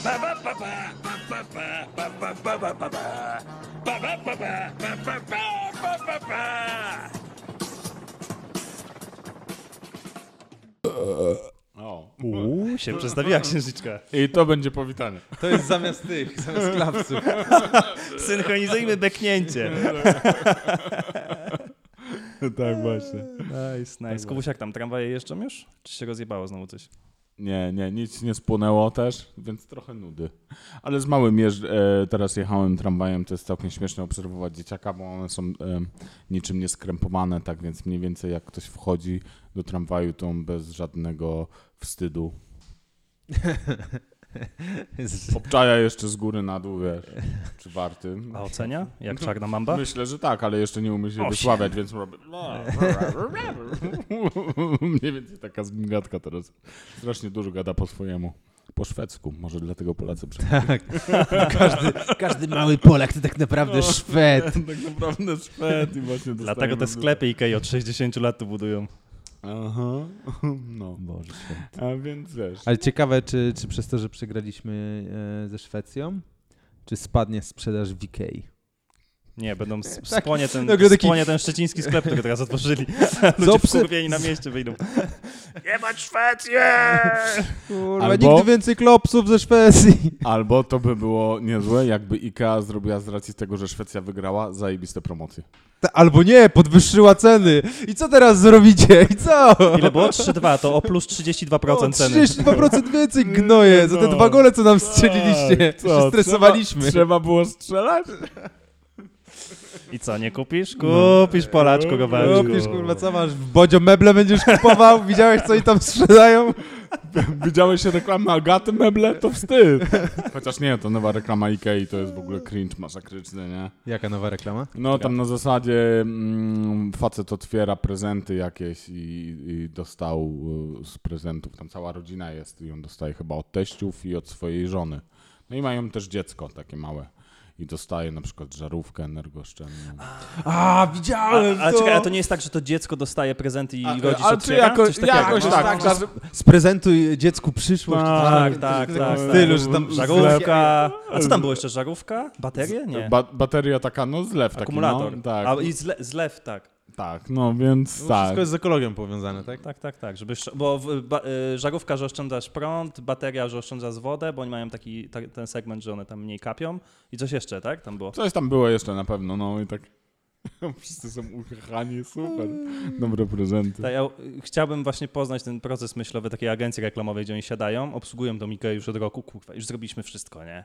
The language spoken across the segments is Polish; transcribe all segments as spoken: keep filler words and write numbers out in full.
O. Uuu, się przedstawiła księżniczka. I to będzie powitanie. To jest zamiast tych, zamiast klapsów. Synchronizujmy beknięcie. Tak właśnie. Nice, nice. Kubuś, jak tam? Tramwaje jeżdżą już? Czy się rozjebało znowu coś? Nie, nie, nic nie spłonęło też, więc trochę nudy. Ale z małym jeżdż- e, teraz jechałem tramwajem, to jest całkiem śmieszne obserwować dzieciaka, bo one są e, niczym nieskrępowane, tak więc mniej więcej jak ktoś wchodzi do tramwaju, to on bez żadnego wstydu obczaja jeszcze z góry na dół, wiesz, czy warty. A ocenia? Jak czarna mamba? Myślę, że tak, ale jeszcze nie umie się Osiem. wysławiać, więc robię... Mniej więcej taka zmigatka teraz. Strasznie dużo gada po swojemu. Po szwedzku, może dlatego Polacy przechodzą. Tak. Każdy, każdy mały Polak to tak naprawdę No. Szwed. Tak naprawdę Szwed i właśnie Dlatego te sklepy Ikei od sześćdziesięciu lat tu budują. Aha, no. Boże święty. A więc wiesz... Ale ciekawe, czy, czy przez to, że przegraliśmy e, ze Szwecją, czy spadnie sprzedaż w Ikei? Nie, będą s- Tak, spłonie, ten, nagle taki- spłonie ten szczeciński sklep, który teraz otworzyli. Co Ludzie pse- wkurwieni na mieście wyjdą. Jebać Szwecję! Kurwa, Albo- nigdy więcej klopsów ze Szwecji. Albo to by było niezłe, jakby Ikea zrobiła z racji tego, że Szwecja wygrała, zajebiste promocje. Ta, albo nie, podwyższyła ceny. I co teraz zrobicie? I co? Ile było? trzy dwa, to o plus trzydzieści dwa procent O, ceny. trzydzieści dwa procent więcej gnoje za te No. dwa gole, co nam strzeliliście. Co, Się stresowaliśmy. Trzeba, trzeba było strzelać? I co, nie kupisz? Kupisz, Polaczku, Gowalczku. Kupisz, kurwa, co masz? W Bodzio meble będziesz kupował? Widziałeś, co oni tam sprzedają? Widziałeś reklamę Agaty meble? To wstyd. Chociaż nie, to nowa reklama Ikei, to jest w ogóle cringe masakryczny, nie? Jaka nowa reklama? No tam na zasadzie mm, facet otwiera prezenty jakieś i, i dostał y, z prezentów, tam cała rodzina jest i on dostaje chyba od teściów i od swojej żony. No i mają też dziecko takie małe. I dostaje na przykład żarówkę energooszczędną. A, A, widziałem a to! czekaj, a to nie jest tak, że to dziecko dostaje prezenty i A, rodzic a czy otwiera? jako- Coś takiego, jakoś no? tak, tak, tak, że tak. Sprezentuj dziecku przyszłość. Tak, czy coś tak, w takim tak. stylu, że tam Żarówka. A co tam było jeszcze? Żarówka? Baterie? Nie. Ba- bateria taka, no zlew taki. Akumulator. No, tak, A, I zle, zlew, tak. tak, no więc No, tak. wszystko jest z ekologią powiązane, tak? Tak, tak, tak. Żeby, sz- bo w, ba, y, żarówka, że oszczędzasz prąd, bateria, że oszczędzasz wodę, bo oni mają taki ta, ten segment, że one tam mniej kapią. I coś jeszcze, tak? Tam było. Coś tam było jeszcze na pewno, no i tak wszyscy są uchychani, super. Dobre prezenty. Tak, ja y, chciałbym właśnie poznać ten proces myślowy takiej agencji reklamowej, gdzie oni siadają, obsługują tą Ikea już od roku, kurwa, już zrobiliśmy wszystko, nie?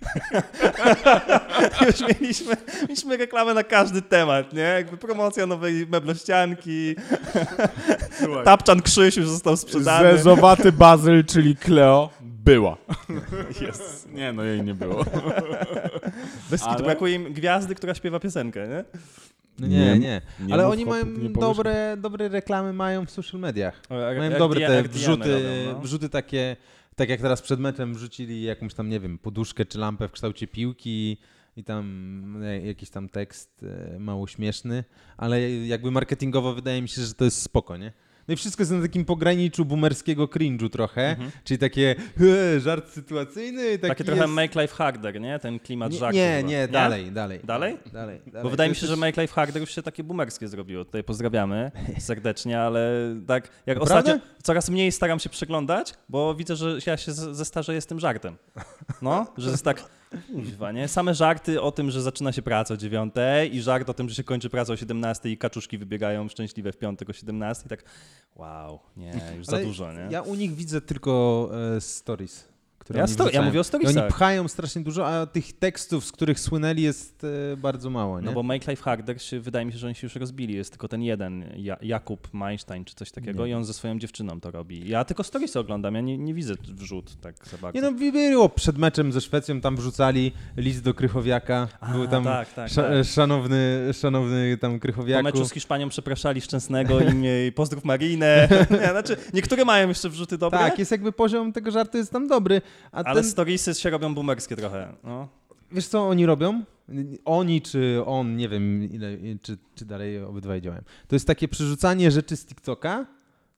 Już mieliśmy, mieliśmy reklamę na każdy temat, nie? Jakby promocja nowej meblościanki, Słuchaj, tapczan Krzyś już został sprzedany. Zezowaty Bazyl, czyli Cleo, była. Jest. Nie, no jej nie było. Bez kitu, Ale- brakuje im gwiazdy, która śpiewa piosenkę, nie? No Nie, nie, nie. nie Ale mów, oni hop, mają nie powiesz. dobre, dobre reklamy mają w social mediach. Jak- Mają jak dobre D- te jak D M-y wrzuty, robią, no. wrzuty takie, tak jak teraz przed meczem wrzucili jakąś tam, nie wiem, poduszkę czy lampę w kształcie piłki i tam e, jakiś tam tekst e, mało śmieszny, ale jakby marketingowo wydaje mi się, że to jest spoko, nie? No i wszystko jest na takim pograniczu boomerskiego cringe'u trochę, Mhm. czyli takie e, żart sytuacyjny. Taki Takie trochę jest... Make Life Harder, nie? Ten klimat Nie, żartu. nie, chyba. nie, dalej, dalej. Dalej? Dalej, dalej. Bo wydaje To mi się, jest że też- Make Life Harder już się takie boomerskie zrobiło. Tutaj pozdrawiamy serdecznie, ale tak jak Naprawdę? ostatnio coraz mniej staram się przeglądać, bo widzę, że ja się z- zestarzeję z tym żartem. No, że jest tak, kuźwa, nie? Same żarty o tym, że zaczyna się praca o dziewiątej i żart o tym, że się kończy praca o siedemnastej i kaczuszki wybiegają szczęśliwe w piątek o siedemnastej. Tak, wow, nie, już za Ale dużo, nie? Ja u nich widzę tylko e, stories. Które Ja oni sto- ja wrzucają. mówię o I storiesach. oni pchają strasznie dużo, a tych tekstów, z których słynęli, jest e, bardzo mało, nie? No bo Make Life Harder, się, wydaje mi się, że oni się już rozbili. Jest tylko ten jeden, ja, Jakub Meinstein czy coś takiego Nie. i on ze swoją dziewczyną to robi. Ja tylko storiesy oglądam, ja nie, nie widzę wrzut tak za bardzo. Nie no, było przed meczem ze Szwecją, tam wrzucali list do Krychowiaka. A, Był tam tak, tak, sza- tak. szanowny, szanowny tam Po Krychowiaku. meczu z Hiszpanią przepraszali Szczęsnego i mnie pozdrów Marinę. Nie, znaczy, niektóre mają jeszcze wrzuty dobre, Tak, jest jakby poziom tego żartu jest tam dobry, a ale ten, storiesy się robią boomerskie trochę. No. wiesz co oni robią? Oni czy on, nie wiem ile, czy, czy dalej obydwaj działają. To jest takie przerzucanie rzeczy z TikToka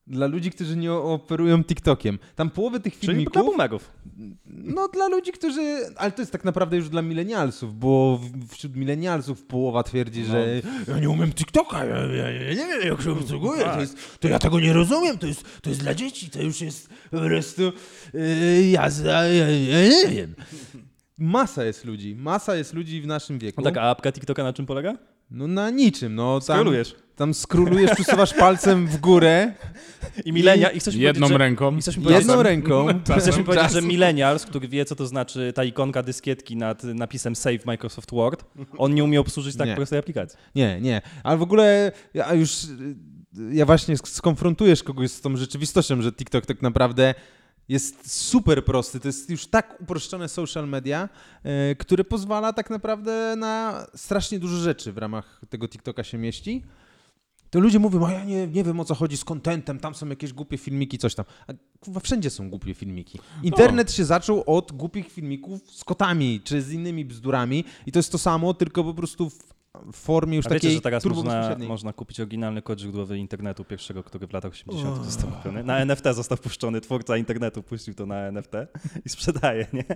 Dla ludzi, którzy nie operują TikTokiem. Tam połowę tych Czyli filmików... dla boomerów. No dla ludzi, którzy... Ale to jest tak naprawdę już dla milenialsów, bo w- wśród milenialsów połowa twierdzi, No. że ja nie umiem TikToka, ja, ja, ja nie wiem jak się obsługuje, Tak. to, jest, to ja tego nie rozumiem, to jest, to jest dla dzieci, to już jest po prostu yy, jazda, ja, ja nie wiem. Masa jest ludzi, masa jest ludzi w naszym wieku. No tak, a apka TikToka na czym polega? No na niczym, no tam, Skrolujesz. tam skrólujesz, przesuwasz palcem w górę, I milenia... I chcesz mi Jedną powiedzieć, że... ręką. I chcesz mi powiedzieć, jedną że- ręką. Chcesz mi powiedzieć, że Czasem. millennials, który wie, co to znaczy ta ikonka dyskietki nad napisem Save Microsoft Word, on nie umie obsłużyć tak Nie. prostej aplikacji. Nie, nie. Ale w ogóle ja już y, ja właśnie sk- skonfrontujesz kogoś z tą rzeczywistością, że TikTok tak naprawdę jest super prosty. To jest już tak uproszczone social media, y, które pozwala tak naprawdę na strasznie dużo rzeczy w ramach tego TikToka się mieści. To ludzie mówią, a ja nie, nie wiem o co chodzi z contentem, tam są jakieś głupie filmiki, coś tam. A kurwa, wszędzie są głupie filmiki. Internet się zaczął od głupich filmików z kotami, czy z innymi bzdurami i to jest to samo, tylko po prostu w w formie już A wiecie, takiej że teraz turbo można, bezpośredniej. można kupić oryginalny kod źródłowy internetu pierwszego, który w latach osiemdziesiątych został kupiony. Na N F T został puszczony, twórca internetu puścił to na N F T i sprzedaje, nie?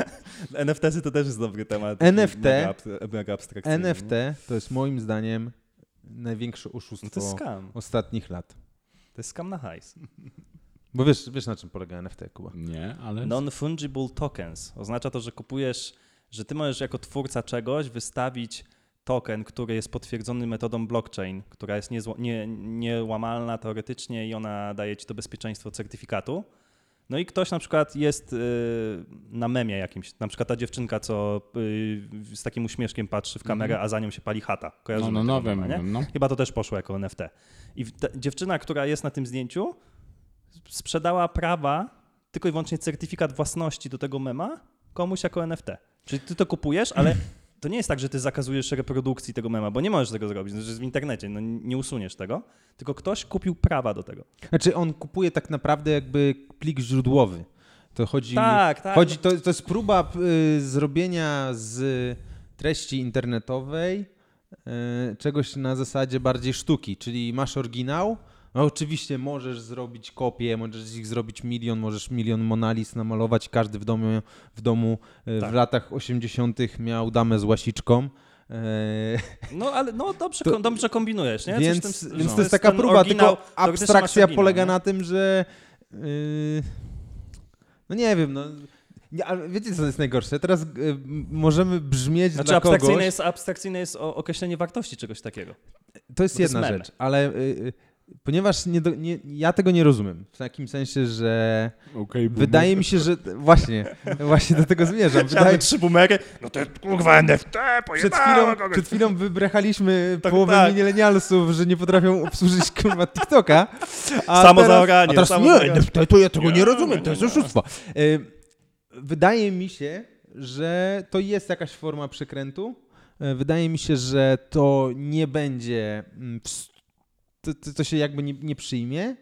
N F T-sy to też jest dobry temat. taki N F T Mega, ab- mega abstrakcyjny. N F nie? T to jest moim zdaniem największe No oszustwo to jest scam. ostatnich lat. To jest scam na hajs. Bo wiesz, wiesz na czym polega N F T, Kuba? Nie, ale... Non-fungible tokens. Oznacza to, że kupujesz, że ty możesz jako twórca czegoś wystawić token, który jest potwierdzony metodą blockchain, która jest niezło- nie, niełamalna teoretycznie i ona daje ci to bezpieczeństwo certyfikatu. No i ktoś na przykład jest y, na memie jakimś, na przykład ta dziewczynka, co y, z takim uśmieszkiem patrzy w kamerę, Mhm. a za nią się pali chata. No, Kojarzymy no, tego no, wiem, mema, nie? wiem, no. Chyba to też poszło jako N F T. I w- ta dziewczyna, która jest na tym zdjęciu, sprzedała prawa, tylko i wyłącznie certyfikat własności do tego mema komuś jako N F T. Czyli ty to kupujesz, ale to nie jest tak, że ty zakazujesz reprodukcji tego mema, bo nie możesz tego zrobić, to jest w internecie, no nie usuniesz tego, tylko ktoś kupił prawa do tego. Znaczy on kupuje tak naprawdę jakby plik źródłowy. To chodzi, Tak, tak. chodzi to, to jest próba y, zrobienia z treści internetowej y, czegoś na zasadzie bardziej sztuki, czyli masz oryginał, no oczywiście możesz zrobić kopię, możesz ich zrobić milion, możesz milion Monalis namalować, każdy w domu, w, domu y, Tak. w latach osiemdziesiątych miał damę z łasiczką. Y, No ale no dobrze, To- dobrze kombinujesz, nie? Coś Więc, w tym- więc no. to jest taka ten próba, oryginał, tylko teoretycznie masz abstrakcja oryginał, polega nie? na tym, że yy, no nie wiem, no nie, ale wiecie co jest najgorsze? Teraz y, możemy brzmieć Znaczy dla abstrakcyjne kogoś, jest, abstrakcyjne jest o- określenie wartości czegoś takiego. to jest bo to jest jedna memy. rzecz, ale y, y, ponieważ nie do, nie, ja tego nie rozumiem, w takim sensie, że Okej, boomer. wydaje mi się, że właśnie, właśnie do tego zmierzam. Wydaje, trzy boomery, no to kurwa N F T, przed chwilą, przed chwilą wybrechaliśmy Tak, połowę tak. milenialsów, że nie potrafią obsłużyć kurwa TikToka. A Samo teraz, zaoranie, A teraz samo nie, zaoranie. N F T to ja tego nie Nie, rozumiem, nie, to jest nie. oszustwo. Y, Wydaje mi się, że to jest jakaś forma przekrętu. Y, Wydaje mi się, że to nie będzie, mm, ws- to, to, to się jakby nie, nie przyjmie,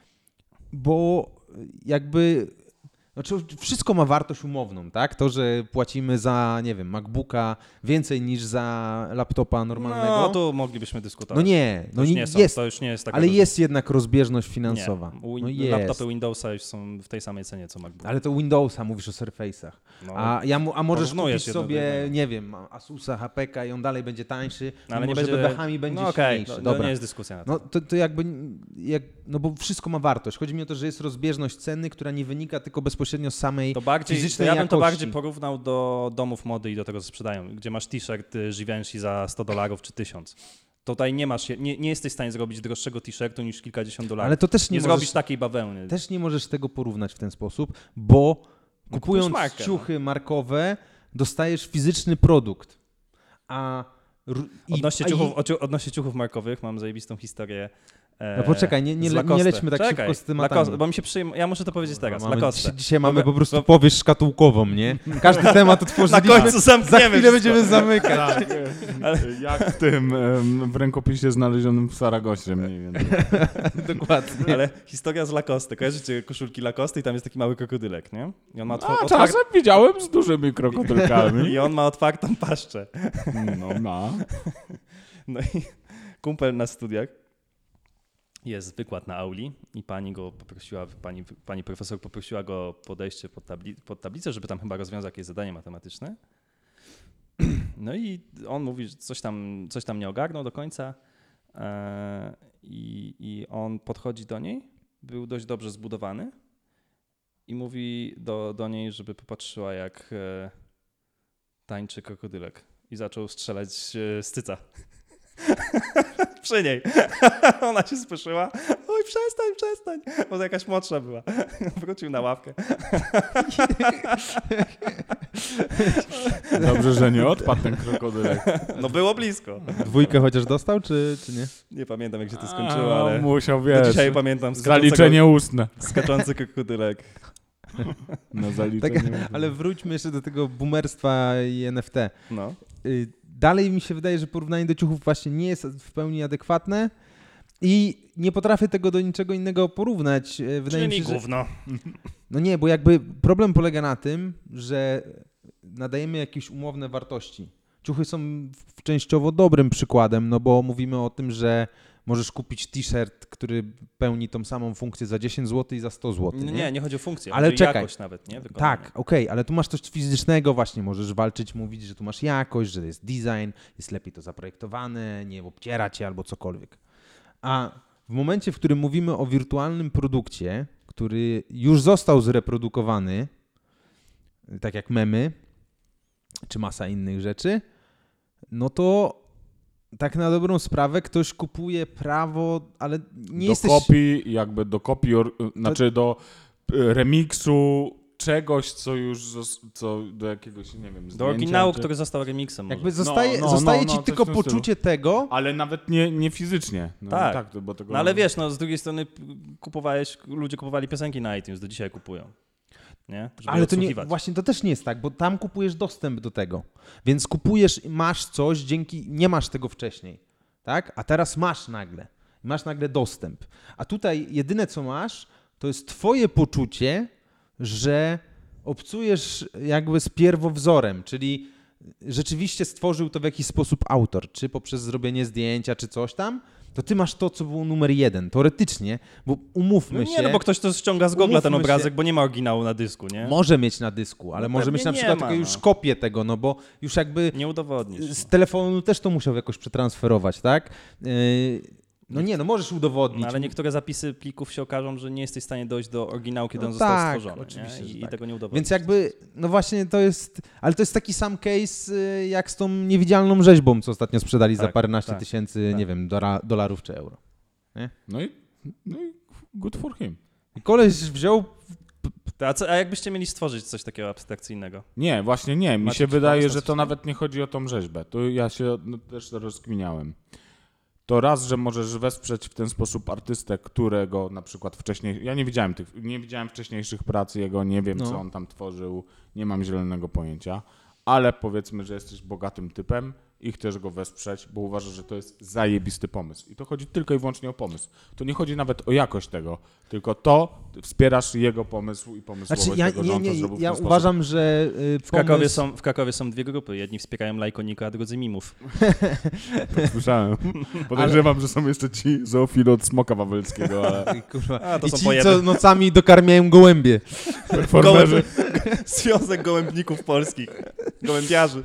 bo jakby znaczy wszystko ma wartość umowną, tak? To, że płacimy za, nie wiem, MacBooka więcej niż za laptopa normalnego. No tu moglibyśmy dyskutować. No nie, to no już nie, nie są, jest, to już nie jest taka ale duża- jest jednak rozbieżność finansowa. Nie. Win- No jest. Laptopy Windowsa już są w tej samej cenie co MacBook. Ale to Windowsa, mówisz o Surface'ach. No, A, ja mu, a możesz porównujesz kupić jedno do sobie, jednego. nie wiem, Asusa, H P K i on dalej będzie tańszy, no, ale nie może będzie... bebechami będzie no, okej, silniejszy. no, Dobra. no nie jest dyskusja na to. No to, to jakby, jak, no bo wszystko ma wartość. Chodzi mi o to, że jest rozbieżność ceny, która nie wynika tylko bezpośrednio z samej To bardziej, to fizycznej ja bym to jakości. bardziej porównał do domów mody i do tego, co sprzedają, gdzie masz t-shirt y, Givenchy za sto dolarów czy tysiąc. Tutaj nie masz, nie, nie jesteś w stanie zrobić droższego t-shirtu niż kilkadziesiąt dolarów. Ale to też nie nie, zrobisz możesz, takiej bawełny. też nie możesz tego porównać w ten sposób, bo No, kupując kupujesz markę, ciuchy markowe dostajesz fizyczny produkt. A r- i- Odnośnie, a i- ciuchów, oci- odnośnie ciuchów markowych mam zajebistą historię. E, No poczekaj, nie- nie z le- nie Lacoste. lećmy tak Czekaj, szybko z tematami. Lacoste, bo mi się przyjm... Ja muszę to powiedzieć teraz. Mamy, Lacoste. dzisiaj, dzisiaj mamy Bo- po prostu bo- powieść szkatułkową, nie? Każdy temat Na otworzyliśmy. końcu Za zamkniemy chwilę wszystko. będziemy zamykać. Tak, e, jak w tym em, w rękopisie znalezionym w Saragosie mniej więcej. Dokładnie. Ale historia z Lacoste. Kojarzycie koszulki Lacoste i tam jest taki mały krokodylek, nie? I on ma otwa- A otwar- czasem widziałem z dużymi krokodylkami. I on ma otwartą paszczę. No, ma. No i kumpel na studiach jest wykład na auli i pani go poprosiła, pani, pani profesor poprosiła go o podejście pod, tabli, pod tablicę, żeby tam chyba rozwiązać jakieś zadanie matematyczne. No i on mówi, że coś tam, coś tam nie ogarnął do końca e, i, i on podchodzi do niej, był dość dobrze zbudowany i mówi do, do niej, żeby popatrzyła jak e, tańczy krokodylek i zaczął strzelać e, z cyca. Przy niej. Ona się spieszyła. Oj, przestań, przestań. Bo to jakaś młodsza była. Wrócił na ławkę. Dobrze, że nie odpadł ten krokodylek. No było blisko. Dwójkę chociaż dostał, czy, czy nie? Nie pamiętam jak się to skończyło, A, ale musiał, do wiesz, dzisiaj pamiętam zaliczenie ustne. skaczący krokodylek. Na Tak, zaliczenie ustne. ale wróćmy jeszcze do tego boomerstwa i N F T. No. Y, Dalej mi się wydaje, że porównanie do ciuchów właśnie nie jest w pełni adekwatne i nie potrafię tego do niczego innego porównać. Y, Wydaje mi Czyli się, że... gówno. No nie, bo jakby problem polega na tym, że nadajemy jakieś umowne wartości. Ciuchy są w- częściowo dobrym przykładem, no bo mówimy o tym, że możesz kupić t-shirt, który pełni tą samą funkcję za dziesięć złotych i za sto złotych. Nie, nie, nie chodzi o funkcję, Ale chodzi o czekaj. jakość nawet, nie? Wykonania. Tak, okej, ale tu masz coś fizycznego właśnie, możesz walczyć, mówić, że tu masz jakość, że jest design, jest lepiej to zaprojektowane, nie obciera cię albo cokolwiek. A w momencie, w którym mówimy o wirtualnym produkcie, który już został zreprodukowany, tak jak memy, czy masa innych rzeczy, no to tak na dobrą sprawę ktoś kupuje prawo, ale nie do jesteś... kopii, jakby do kopii, or, znaczy do y, remiksu czegoś, co już, zos- co do jakiegoś, nie wiem, Do zdjęcia, oryginału, czy... który został remixem może. Jakby zostaje, No, no, zostaje no, ci no, tylko coś w tym stylu. poczucie tego, Ale nawet nie, nie fizycznie. No, Tak. tak to, bo tego... No ale wiesz, no z drugiej strony p- kupowałeś, ludzie kupowali piosenki na iTunes, do dzisiaj kupują. Nie? Żeby ale to nie, odsłuchiwać. właśnie to też nie jest tak, bo tam kupujesz dostęp do tego. Więc kupujesz, masz coś, dzięki, nie masz tego wcześniej, tak? A teraz masz nagle, masz nagle dostęp. A tutaj jedyne co masz, to jest twoje poczucie, że obcujesz jakby z pierwowzorem, czyli rzeczywiście stworzył to w jakiś sposób autor, czy poprzez zrobienie zdjęcia, czy coś tam, to ty masz to, co było numer jeden, teoretycznie, bo umówmy No się... nie, no bo ktoś to ściąga z Google'a ten Umówmy obrazek, się- bo nie ma oryginału na dysku, nie? Może mieć na dysku, ale No może pewnie mieć na nie przykład ma, tylko no. już kopię tego, no bo już jakby Nie udowodnisz. z No. telefonu też to musiał jakoś przetransferować, tak? Yy, no nie, no możesz udowodnić. No, ale niektóre zapisy plików się okażą, że nie jesteś w stanie dojść do oryginału, kiedy No on został tak, stworzony. oczywiście, Nie? że I, tak. I tego nie udowodnisz. Więc jakby, no właśnie to jest, ale to jest taki sam case y, jak z tą niewidzialną rzeźbą, co ostatnio sprzedali za Tak, paręnaście tak, tysięcy, tak. nie wiem, dola, dolarów czy euro. No i, no i good for him. I koleś wziął, A, co, a jakbyście mieli stworzyć coś takiego abstrakcyjnego? Nie, właśnie nie. Mi Macie się jakiś wydaje, pomysł na że coś to takiego? nawet nie chodzi o tą rzeźbę. To ja się no, też rozkminiałem. To raz, że możesz wesprzeć w ten sposób artystę, którego na przykład wcześniej... Ja nie widziałem tych, nie widziałem wcześniejszych prac jego, nie wiem, No. co on tam tworzył, nie mam zielonego pojęcia, ale powiedzmy, że jesteś bogatym typem i chcesz go wesprzeć, bo uważasz, że to jest zajebisty pomysł. I to chodzi tylko i wyłącznie o pomysł. To nie chodzi nawet o jakość tego, tylko to wspierasz jego pomysł i pomysłowość znaczy ja, tego, że nie, on to nie, zrobił w ja ten sposób. uważam, że y, W Krakowie, pomysł- są, w Krakowie są dwie grupy. Jedni wspierają Lajkonika, a drudzy Mimów. Słyszałem. Podejrzewam, że są jeszcze ci zoofile od Smoka Wawelskiego, ale Kurwa. A, to I są ci, pojeby. co nocami dokarmiają gołębie. performerzy. Związek Gołębników Polskich. Gołębiarzy.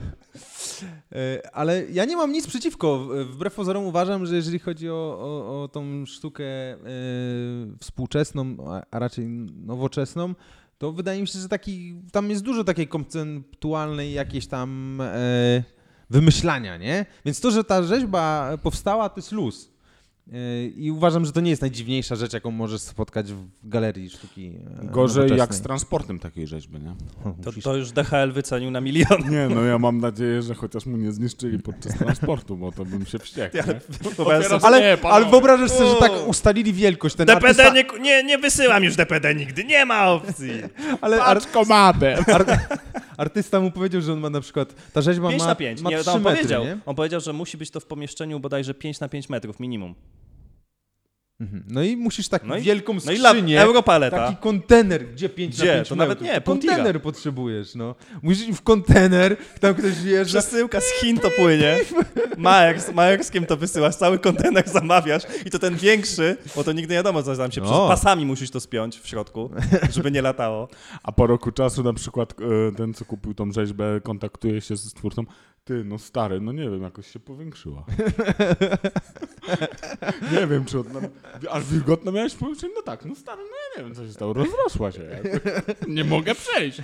E, Ale ja nie mam nic przeciwko. Wbrew pozorom uważam, że jeżeli chodzi o, o, o tą sztukę e, współczesną, a, a raczej nowoczesną, to wydaje mi się, że taki, tam jest dużo takiej konceptualnej jakiejś tam e, wymyślania, nie? Więc to, że ta rzeźba powstała, to jest luz. E, I uważam, że to nie jest najdziwniejsza rzecz, jaką możesz spotkać w galerii sztuki e, Gorzej jak nowoczesnej. z transportem takiej rzeźby, nie? O, To, musisz- to już D H L wycenił na milion. Nie, no ja mam nadzieję, że chociaż mu nie zniszczyli podczas transportu, bo to bym się wściekł, nie? Wyobraź sobie- Ale, Nie, panowie. ale wyobrażasz sobie, że tak O. ustalili wielkość. Ten D P D artysta, nie, nie, nie wysyłam już D P D nigdy, nie ma opcji. ale ar, komadę! ar, artysta mu powiedział, że on ma na przykład, ta rzeźba pięć ma, na pięć. ma Nie, trzy on metry, powiedział, nie? on powiedział, że musi być to w pomieszczeniu bodajże pięć na pięć metrów minimum. Mhm. No i musisz tak No i- wielką No i la, skrzynię, Europaleta. taki kontener, gdzie pięć Gdzie? na pięć To nawet metrów. nie, pół kontener tira. potrzebujesz, no. Musisz iść w kontener, tam ktoś wjeżdża. Przesyłka z Chin to płynie. Maer, z Maerskiem to wysyłasz, cały kontener zamawiasz i to ten większy, bo to nigdy nie wiadomo, co tam się... No. Przez pasami musisz to spiąć w środku, żeby nie latało. A po roku czasu na przykład e, ten, co kupił tą rzeźbę, kontaktuje się z twórcą. Ty, no stary, no nie wiem, jakoś się powiększyła. Nie wiem, czy od... Aż wilgotno miałeś powiększenie? No tak, no stary, no ja nie wiem, co się stało. Rozrosła się. Nie mogę przejść.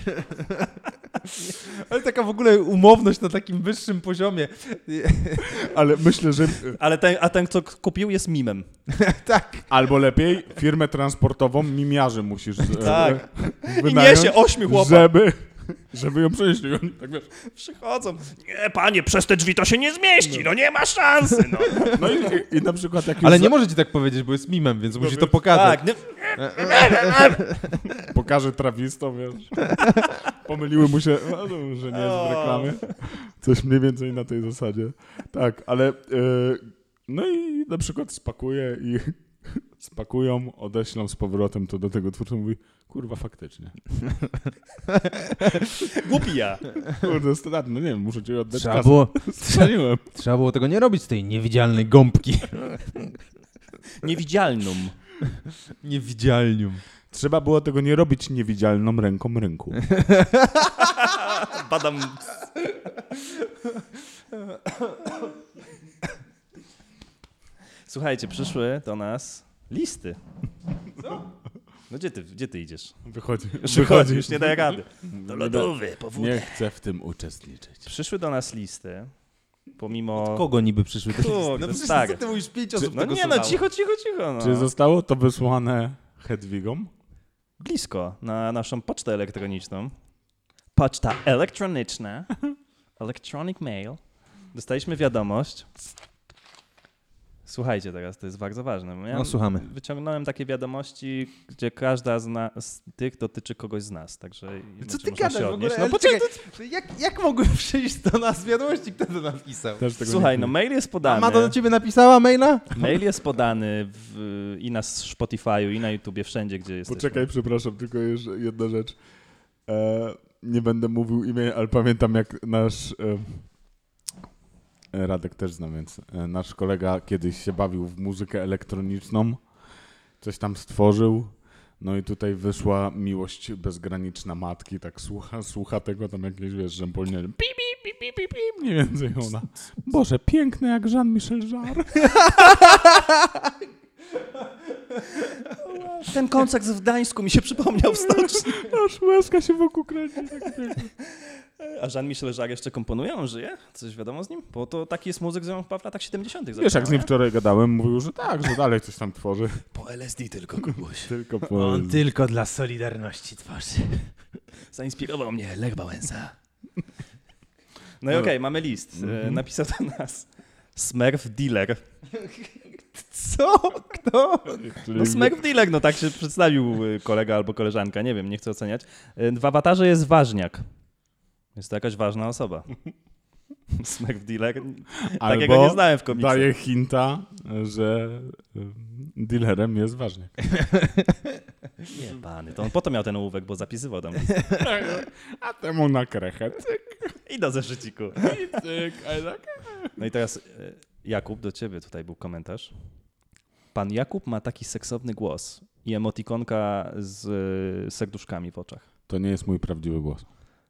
Ale taka w ogóle umowność na takim wyższym poziomie. Ale myślę, że... Ale ten, a ten, kto kupił, jest mimem. Tak. Albo lepiej, firmę transportową mimiarzy musisz e, Tak. I wynająć, niesie ośmiu chłopak. żeby, żeby ją przenieśli. Oni tak wiesz, Przychodzą. Nie, panie, przez te drzwi to się nie zmieści, no nie ma szansy, no. no i, i na przykład jak już Ale nie za- może ci tak powiedzieć, bo jest mimem, więc musi więc- to pokazać. Tak, nie, pokaże trawistą, wiesz, pomyliły mu się, no, no, że nie jest w reklamie. Coś mniej więcej na tej zasadzie. Tak, ale e, no i na przykład spakuje i spakują, odeślą z powrotem to do tego twórcy, mówi, kurwa, faktycznie. głupi ja. Kurde, strat, no nie wiem, muszę ci oddać Trzeba kasę. było, Strzeliłem. trzeba było tego nie robić z tej niewidzialnej gąbki. Niewidzialną. Niewidzialnium. Trzeba było tego nie robić niewidzialną ręką rynku. Badam. Słuchajcie, przyszły do nas listy. Co? No gdzie ty, gdzie ty idziesz? Wychodzi. Już wychodzi, już nie daje rady. Do Nie, lodówy, po wódę. nie chcę w tym uczestniczyć. Przyszły do nas listy, pomimo... Kogo niby przyszły te Kurde, listy? No przecież stary. co ty mówisz, pięć osób No tego nie no, słuchało. cicho, cicho, cicho. No. Czy zostało to wysłane Hedwigom? Blisko, na naszą pocztę elektroniczną. Poczta elektroniczna. Electronic mail. Dostaliśmy wiadomość. Słuchajcie teraz, to jest bardzo ważne. Ja No, słuchamy. Wyciągnąłem takie wiadomości, gdzie każda z, na, z tych dotyczy kogoś z nas, także Co będzie ty można gadasz się w odnieść. ogóle? No, Ale poczekaj, czekaj, jak, jak mogły przyjść do nas wiadomości, kto to napisał? Też tego słuchaj, nie no wiem. mail jest A podany. Mada do ciebie napisała maila? Mail jest podany w, i na Spotify'u, i na YouTubie, wszędzie, gdzie jesteśmy. Poczekaj, przepraszam, tylko jeszcze jedna rzecz. E, nie będę mówił imienia, ale pamiętam jak nasz... E, Radek też znam, więc e, nasz kolega kiedyś się bawił w muzykę elektroniczną, coś tam stworzył, no i tutaj wyszła miłość bezgraniczna matki, tak słucha, słucha tego tam jakieś, wiesz, rzępolnie, pi, pi, pi, pi, pi, pi, mniej więcej ona. Boże, piękne jak Jean-Michel Jarre. Ten koncert w Gdańsku mi się przypomniał w stoczni. Aż łezka się wokół kręci. Tak pięknie. A Jean-Michel Jarre jeszcze komponuje? On żyje? Coś wiadomo z nim? Bo to taki jest muzyk, że on chyba w latach siedemdziesiątych Wiesz, jak z nim zaczynał, wczoraj gadałem, mówił, że tak, że dalej coś tam tworzy. nie? Po L S D tylko kogoś. Tylko po... On tylko dla Solidarności tworzy. Zainspirował mnie Lech Wałęsa. No i No. okej, mamy list. E, Mhm. Napisał do nas Smurf Dealer. Co? Kto? Czyli No Smurf Dealer, no tak się przedstawił y, kolega albo koleżanka, nie wiem, nie chcę oceniać. Y, W awatarze jest ważniak. Jest to jakaś ważna osoba. Smurf Dealer. Takiego nie Albo znałem w komiksach. daje hinta, że ym, dealerem jest ważniak. Nie, pany, to on potem miał ten ołówek, bo zapisywał tam. A temu na krechę. Cyk, I do zeszyciku. i cyk, a tak. No i teraz y, Jakub, do ciebie tutaj był komentarz. Pan Jakub ma taki seksowny głos i emotikonka z y, serduszkami w oczach. To nie jest mój prawdziwy głos.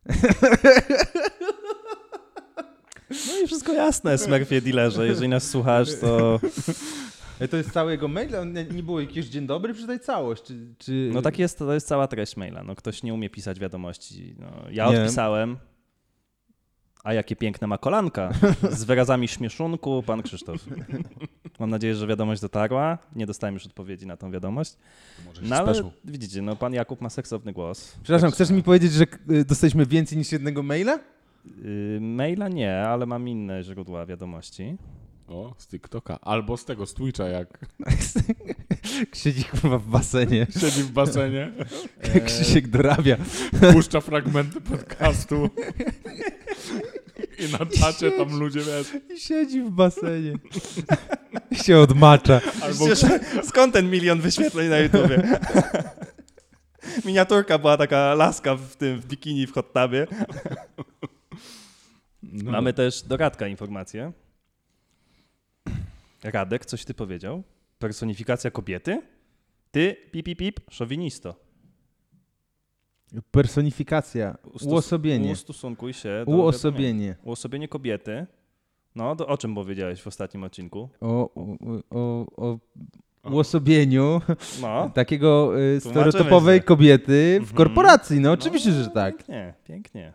No i wszystko jasne, Smurfie Dealerze. Jeżeli nas słuchasz, to... E, To jest cały jego mail? On nie, nie było jakiegoś dzień dobry, przeczytaj całość. Czy, czy... No tak jest, to jest cała treść maila. No, ktoś nie umie pisać wiadomości. No, ja Nie. odpisałem, a jakie piękne ma kolanka. Z wyrazami śmieszunku, pan Krzysztof. Mam nadzieję, że wiadomość dotarła. Nie dostałem już odpowiedzi na tą wiadomość. Może się No ale speszył. widzicie, no pan Jakub ma seksowny głos. Przepraszam, chcesz mi powiedzieć, że y, dostaliśmy więcej niż jednego maila? Yy, maila nie, ale mam inne źródła wiadomości. O, z TikToka. Albo z tego, z Twitcha, jak Siedzi kurwa w basenie. siedzi w basenie, Krzysiek dorabia. puszcza fragmenty podcastu i na czacie tam ludzie, wiesz, I siedzi w basenie. Niech się odmacza. Albo... Skąd ten milion wyświetleń na YouTubie? Miniaturka była taka laska w tym w bikini w hot tubie. No. Mamy też do Radka informację. Radek, coś ty powiedział? Personifikacja kobiety? Ty, pip, pip, pip, szowinisto. Personifikacja, Ustos- uosobienie, Ustosunkuj się do uosobienie. Uosobienie kobiety. No, to o czym powiedziałeś w ostatnim odcinku? O, o, o, o uosobieniu No. takiego y, Tłumaczymy stereotypowej się. kobiety w Mhm. korporacji. No oczywiście, że tak. Pięknie, pięknie.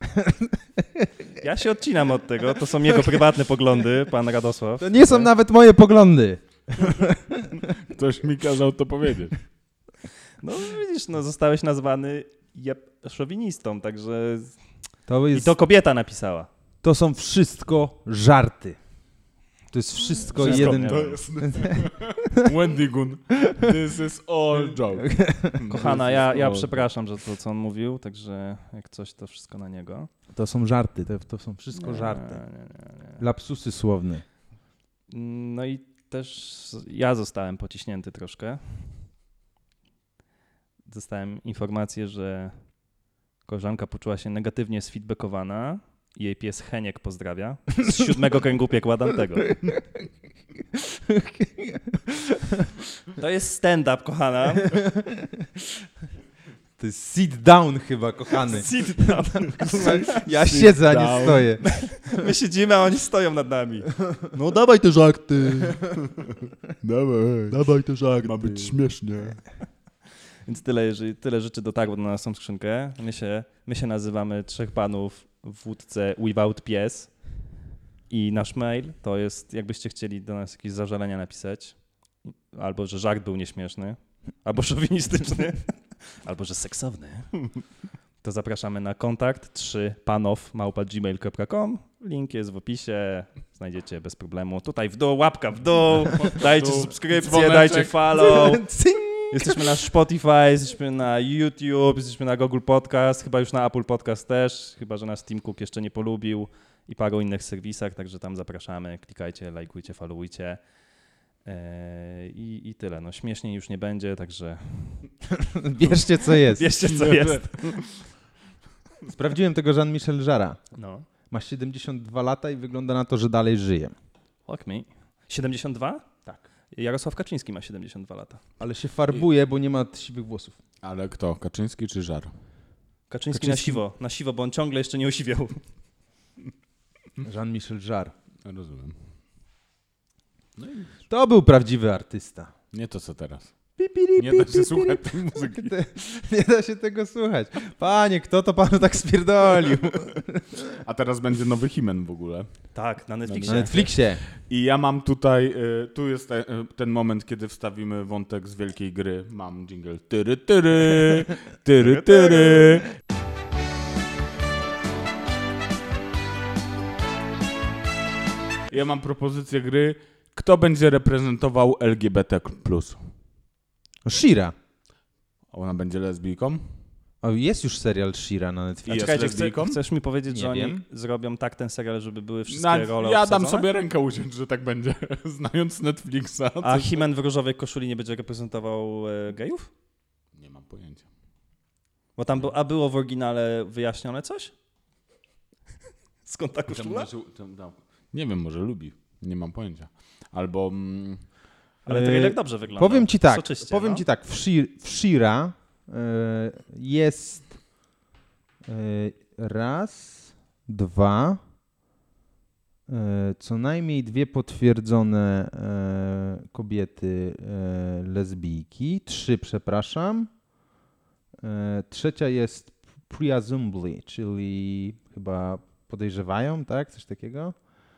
Ja się odcinam od tego, to są jego prywatne poglądy, pan Radosław. To nie są nawet moje poglądy. Ktoś mi kazał to powiedzieć. No widzisz, no zostałeś nazwany jeb szowinistą, także... To, I jest, to kobieta napisała. to są wszystko żarty. To jest wszystko, Wszystko jeden... mnie. To jest Wendy Gun. This is all joke. Kochana, This ja, is ja all przepraszam, że to co on mówił, także jak coś, to wszystko na niego. To są żarty, to, to są wszystko Nie, żarty. nie, nie, nie. Lapsusy słowne. No i też ja zostałem pociśnięty troszkę. Dostałem informację, że koleżanka poczuła się negatywnie sfeedbackowana i jej pies Heniek pozdrawia z siódmego kręgu piekła Dantego. To jest stand-up, kochana. To jest sit down chyba, kochany. Sit down. Ja Sit siedzę, a nie down. stoję. My siedzimy, a oni stoją nad nami. No dawaj te żarty. Dawaj, dawaj te żarty. Ma być śmiesznie. Więc tyle, jeżeli tyle rzeczy dotarło do nas w tą skrzynkę. My się, my się nazywamy Trzech Panów w wódce Without Pies. I nasz mail to jest, jakbyście chcieli do nas jakieś zażalenia napisać, albo że żart był nieśmieszny, albo szowinistyczny, albo że seksowny, to zapraszamy na kontakt trzy panów małpa gmail kropka com. Link jest w opisie, znajdziecie bez problemu. Tutaj w dół, łapka w dół, dajcie subskrypcję, Dzwoneczek. dajcie follow. Jesteśmy na Spotify, jesteśmy na YouTube, jesteśmy na Google Podcast, chyba już na Apple Podcast też, chyba że nas Tim Cook jeszcze nie polubił i paru innych serwisach, także tam zapraszamy, klikajcie, lajkujcie, followujcie eee, i, i tyle. No śmieszniej już nie będzie, także Bierzcie co jest. wiecie co jest. Sprawdziłem tego Jean-Michel Jarra. No, Ma siedemdziesiąt dwa lata i wygląda na to, że dalej żyje. fuck me. siedemdziesiąt dwa? Tak. Jarosław Kaczyński ma siedemdziesiąt dwa lata. Ale się farbuje, bo nie ma siwych włosów. Ale kto? Kaczyński czy Żar? Kaczyński, Kaczyński- na siwo, na siwo, bo on ciągle jeszcze nie osiwiał. Jean-Michel Jarre. Rozumiem. To był prawdziwy artysta. Nie to co teraz. Pi, pi, ri, Nie pi, da pi, się pi, słuchać ri. tej muzyki. Te- Nie da się tego słuchać. Panie, kto to panu tak spierdolił? A teraz będzie nowy Himen w ogóle. Tak, na Na Netflixie. Netflixie. I ja mam tutaj, y, tu jest te, y, ten moment, kiedy wstawimy wątek z wielkiej gry. Mam jingle. Tyry, tyry, tyry, tyry. Ja mam propozycję gry. Kto będzie reprezentował L G B T plus? Shira. Ona będzie lesbijką? O, jest już serial Shira na A Netflixie. jest czekajcie, chce, lesbijką? chcesz mi powiedzieć, Nie że oni wiem. zrobią tak ten serial, żeby były wszystkie Na, role ja dam obsadzone? sobie rękę uciąć, że tak będzie, znając Netflixa. A Coś- He-Man w różowej koszuli nie będzie reprezentował e, gejów? Nie mam pojęcia. Bo tam był, a było w oryginale wyjaśnione coś? Skąd ta Tam koszula? może- tam- tam- Nie wiem, może lubi. Nie mam pojęcia. Albo... Mm, Ale trailer dobrze wygląda. Powiem ci tak, Soczyście, powiem no. ci tak, w, Shir, w Shira e, jest e, raz, dwa, e, co najmniej dwie potwierdzone e, kobiety e, lesbijki, trzy, przepraszam. E, trzecia jest presumably, czyli chyba podejrzewają, tak? Coś takiego.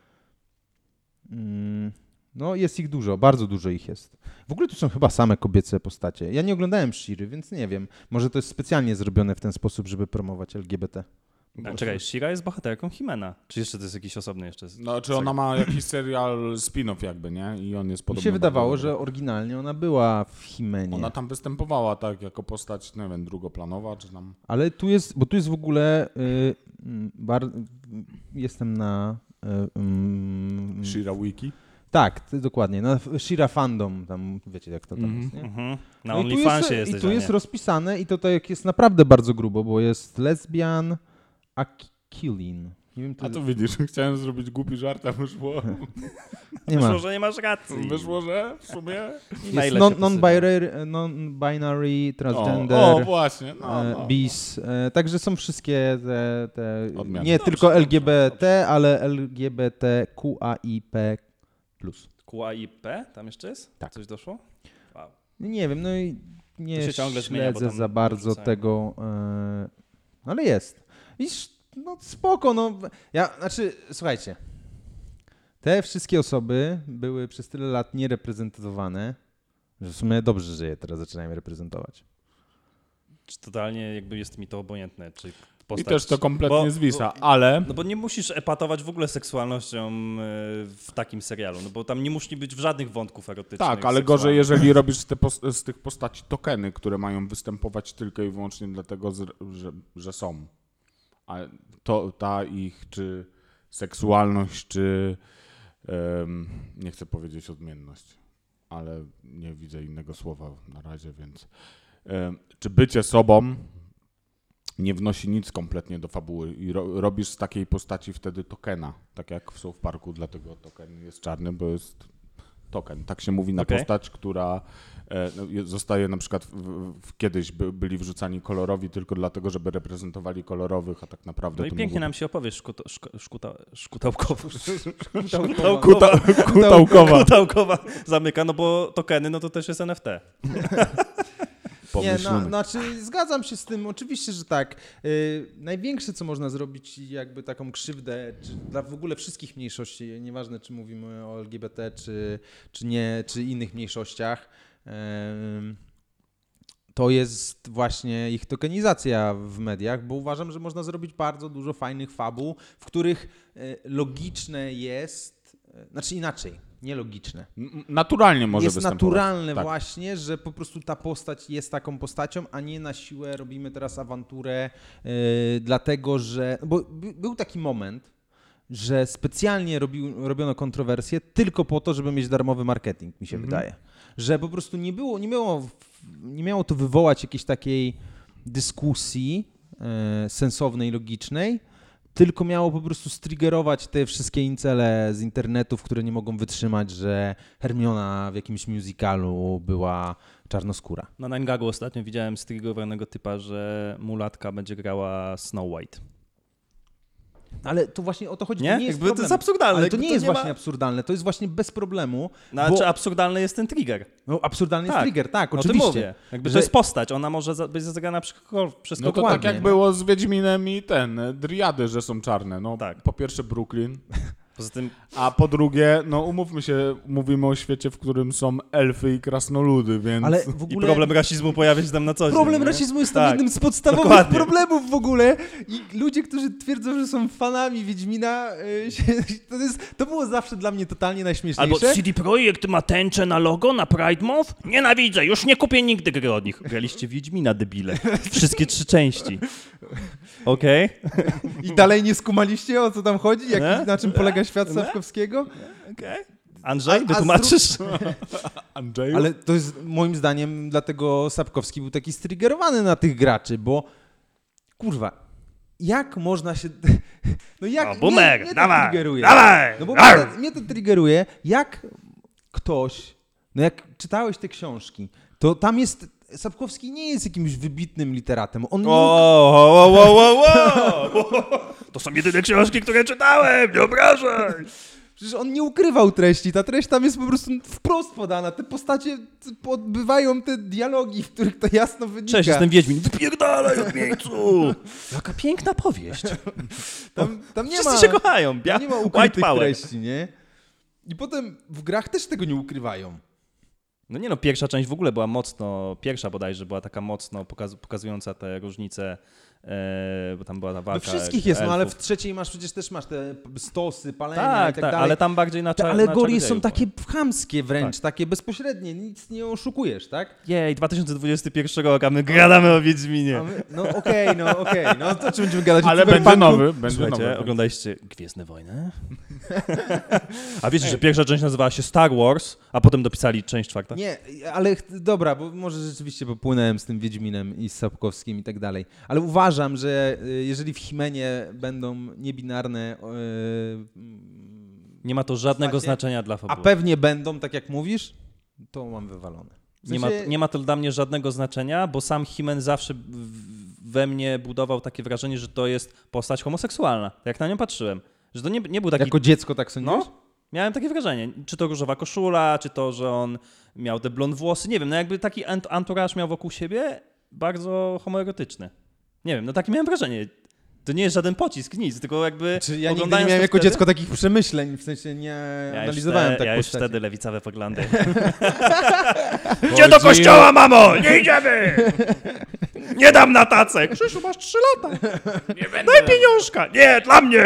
Mm, no jest ich dużo, bardzo dużo ich jest. W ogóle tu są chyba same kobiece postacie. Ja nie oglądałem Shiry, więc nie wiem. Może to jest specjalnie zrobione w ten sposób, żeby promować L G B T. A czekaj, Shira jest bohaterką Himena. Czy jeszcze to jest jakiś osobny jeszcze? no, czy ona ma jakiś serial spin-off jakby, nie? I on jest Mi podobno się wydawało, bardzo że dobry. oryginalnie ona była w Himenie. Ona tam występowała, tak, jako postać, nie wiem, drugoplanowa, czy tam... Ale tu jest, bo tu jest w ogóle... Y, mm, bar, jestem na... Y, mm, Shira Wiki. Tak, ty, dokładnie. No, Shira Fandom, tam wiecie jak to tam Mhm. jest, nie? Mhm. Na No i tu OnlyFansie jest, jesteś, I tu a jest nie. rozpisane i to tak jest naprawdę bardzo grubo, bo jest lesbian Akilin. Nie wiem, to, A to widzisz, chciałem zrobić głupi żart, a wyszło, nie ma. Wyszło, że nie masz racji. wyszło, że w sumie... I na Jest ile non, się non-binary, non-binary, O, transgender, o właśnie, no, e, no. bis. E, także są wszystkie te, te Odmiany. nie Dobrze, tylko dobrze, L G B T, dobrze. ale L G B T Q A I P plus. Q A I P? Tam jeszcze jest? Tak. Coś doszło? Wow. Nie wiem, no i To nie się ciągle zmienia, bo śledzę tam za bardzo wrzucają. tego, e, ale jest. I sz- no spoko, no. Ja, znaczy, słuchajcie, te wszystkie osoby były przez tyle lat niereprezentowane, że w sumie dobrze, że je teraz zaczynają reprezentować. Czy totalnie jakby jest mi to obojętne, czy I postać... też to kompletnie bo- zwisa, bo- ale... No bo nie musisz epatować w ogóle seksualnością y, w takim serialu, no bo tam nie musi być żadnych wątków erotycznych. Tak, ale gorzej, jeżeli robisz te pos- z tych postaci tokeny, które mają występować tylko i wyłącznie dlatego, z- że, że są. A to ta ich, czy seksualność, czy em, nie chcę powiedzieć odmienność, ale nie widzę innego słowa na razie, więc em, czy bycie sobą nie wnosi nic kompletnie do fabuły i ro- robisz z takiej postaci wtedy tokena, tak jak w South Parku, dlatego token jest czarny, bo jest token. Tak się mówi na Okej. postać, która e, no, je- zostaje na przykład w, w, kiedyś by, byli wrzucani kolorowi tylko dlatego, żeby reprezentowali kolorowych, a tak naprawdę No i to pięknie mogło- nam się opowiesz szkuta, szku, szkuta, szkutałkowo. Kuta, kutałkowa. Kutałkowa zamyka, no bo tokeny, no to też jest N F T. Nie, Pomyślmy. no, znaczy zgadzam się z tym, oczywiście, że tak. Yy, największe, co można zrobić, jakby taką krzywdę, czy dla w ogóle wszystkich mniejszości, nieważne czy mówimy o L G B T, czy, czy nie, czy innych mniejszościach, yy, to jest właśnie ich tokenizacja w mediach, bo uważam, że można zrobić bardzo dużo fajnych fabuł, w których yy, logiczne jest, yy, znaczy inaczej, nielogiczne. N- Naturalnie może Jest występować. naturalne Tak. właśnie, że po prostu ta postać jest taką postacią, a nie na siłę robimy teraz awanturę, yy, dlatego że... Bo by, był taki moment, że specjalnie robił, robiono kontrowersje tylko po to, żeby mieć darmowy marketing, mi się Mhm. wydaje. Że po prostu nie było, nie miało, nie miało to wywołać jakiejś takiej dyskusji yy, sensownej, logicznej, tylko miało po prostu striggerować te wszystkie incele z internetów, które nie mogą wytrzymać, że Hermiona w jakimś musicalu była czarnoskóra. Na Nine Gagu ostatnio widziałem strigowanego typa, że mulatka będzie grała Snow White. Ale to właśnie o to chodzi. Nie? To nie jest Jakby to problem. jest absurdalne. Ale to jakby nie jest ma- właśnie absurdalne, to jest właśnie bez problemu. No, bo- czy absurdalny jest ten trigger? No, absurdalny Tak. jest trigger, tak, O oczywiście. tym mówię. Jakby Że- to jest postać, ona może za- być zagrana przez, kogo- przez No to kogokolwiek. tak jak nie? było z Wiedźminem i ten, e, Driady, że są czarne. No, Tak. po pierwsze Brooklyn, Poza tym a po drugie, no umówmy się, mówimy o świecie, w którym są elfy i krasnoludy, więc... Ale w i ogóle... problem rasizmu pojawia się tam na co dzień. Problem nie? rasizmu jest tam Tak. jednym z podstawowych Dokładnie. problemów w ogóle i ludzie, którzy twierdzą, że są fanami Wiedźmina, y, się, to, jest, to było zawsze dla mnie totalnie najśmieszniejsze. Albo C D Projekt ma tęczę na logo, na Pride Month? Nienawidzę, już nie kupię nigdy gry od nich. Graliście Wiedźmina, debile. Wszystkie trzy części. Okej? I dalej nie skumaliście, o co tam chodzi? Jak, Nie? na czym polega świat Nie? Sapkowskiego? Okay. Andrzej, A- a wytłumaczysz? Andrzeju? Ale to jest moim zdaniem, dlatego Sapkowski był taki striggerowany na tych graczy, bo kurwa, jak można się... No jak... O, boomer, mnie, mnie dawaj, to triggeruje. dawaj! No bo mnie to, mnie to triggeruje, jak ktoś... No jak czytałeś te książki, to tam jest... Sapkowski nie jest jakimś wybitnym literatem. On nie, O, o, o, o, o. To są jedyne książki, które czytałem, nie obrażaj! Przecież on nie ukrywał treści, ta treść tam jest po prostu wprost podana. Te postacie odbywają te dialogi, w których to jasno wynika. Cześć, jestem Wiedźmin. Wypierdalaj od miejscu! Jaka piękna powieść. Tam, tam nie Wszyscy ma, się kochają. Bia- tam nie ma White ukrytych power. treści, nie? I potem w grach też tego nie ukrywają. No nie no, pierwsza część w ogóle była mocno, pierwsza bodajże była taka mocno pokaz, pokazująca te różnice e, bo tam była ta We walka wszystkich jest, no ale w elfów. trzeciej masz przecież też masz te stosy, palenia Tak, i tak tak, dalej. ale tam bardziej na Te cza- na alegorie czarodzieju są takie było. chamskie wręcz, takie bezpośrednie, nic nie oszukujesz, tak? Jej, dwa tysiące dwudziesty pierwszy rok, a my gadamy o Wiedźminie. A my, no okej, no okej, no to o czym będziemy gadać? O Ale będzie cyberpunku? nowy, będzie Słuchajcie, nowy. oglądaliście Gwiezdne Wojny? A wiecie, że pierwsza część nazywała się Star Wars, a potem dopisali część czwarta? Nie, ale ch- dobra, bo może rzeczywiście popłynąłem z tym Wiedźminem i z Sapkowskim i tak dalej, ale uważam, że y, jeżeli w Himenie będą niebinarne, y, Nie ma to żadnego Postacie? znaczenia dla a fabuły. pewnie będą, tak jak mówisz, to mam wywalone. W Nie ma, sensie- nie ma to dla mnie żadnego znaczenia, bo sam Himen zawsze w- we mnie budował takie wrażenie, że to jest postać homoseksualna. Jak na nią patrzyłem. Że to nie, nie był taki... Jako dziecko tak sądzisz? No, miałem takie wrażenie. Czy to różowa koszula, czy to, że on miał te blond włosy. Nie wiem, no jakby taki ant- anturaż miał wokół siebie bardzo homoerotyczny. Nie wiem, no takie miałem wrażenie. To nie jest żaden pocisk, nic, tylko jakby Czy ja nigdy nie oglądając miałem to jako wtedy- dziecko takich przemyśleń, w sensie nie Ja już analizowałem te, tak Ja już postaci. wtedy lewicowe poglądy. Gdzie do kościoła, mamo? Nie idziemy! Nie dam na tacę! Krzysiu, masz trzy lata. Nie będę. Daj pieniążka! Nie, dla mnie!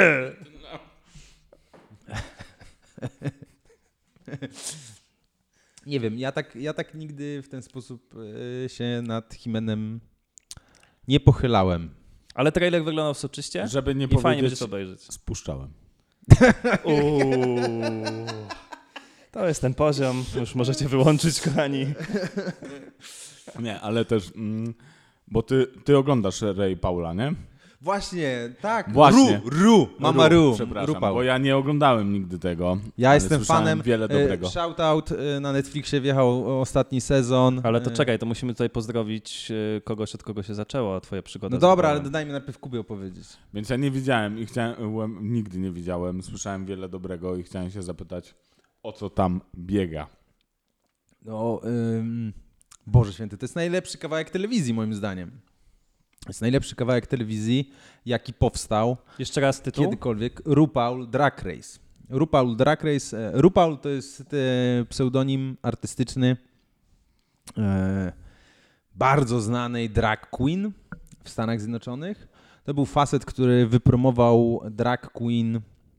Nie wiem, ja tak, ja tak nigdy w ten sposób e, się nad Himenem nie pochylałem. Ale trailer wyglądał soczyście Żeby nie i fajnie będzie powiedzieć, to obejrzeć. spuszczałem. Uuu. To jest ten poziom, już możecie wyłączyć, kochani. Nie, ale też, mm, bo ty, ty oglądasz Ray Paula, nie? Właśnie, tak. Właśnie. Ru, Ru, Mama Ru. Przepraszam, Rupał. bo ja nie oglądałem nigdy tego. Ja ale jestem słyszałem fanem. wiele dobrego. E, Shoutout e, na Netflixie wjechał ostatni sezon. Ale to E, czekaj, to musimy tutaj pozdrowić e, kogoś, od kogo się zaczęła twoja przygoda. No z dobra, ale Rupałem. dajmy najpierw Kubie opowiedzieć. Więc ja nie widziałem i chciałem, nigdy nie widziałem, słyszałem wiele dobrego i chciałem się zapytać, o co tam biega. No, ym, Boże Święty, to jest najlepszy kawałek telewizji moim zdaniem. To jest najlepszy kawałek telewizji, jaki powstał Jeszcze raz tytuł? kiedykolwiek. RuPaul Drag Race. RuPaul Drag Race. e, RuPaul to jest e, pseudonim artystyczny e, bardzo znanej drag queen w Stanach Zjednoczonych. To był facet, który wypromował drag queen,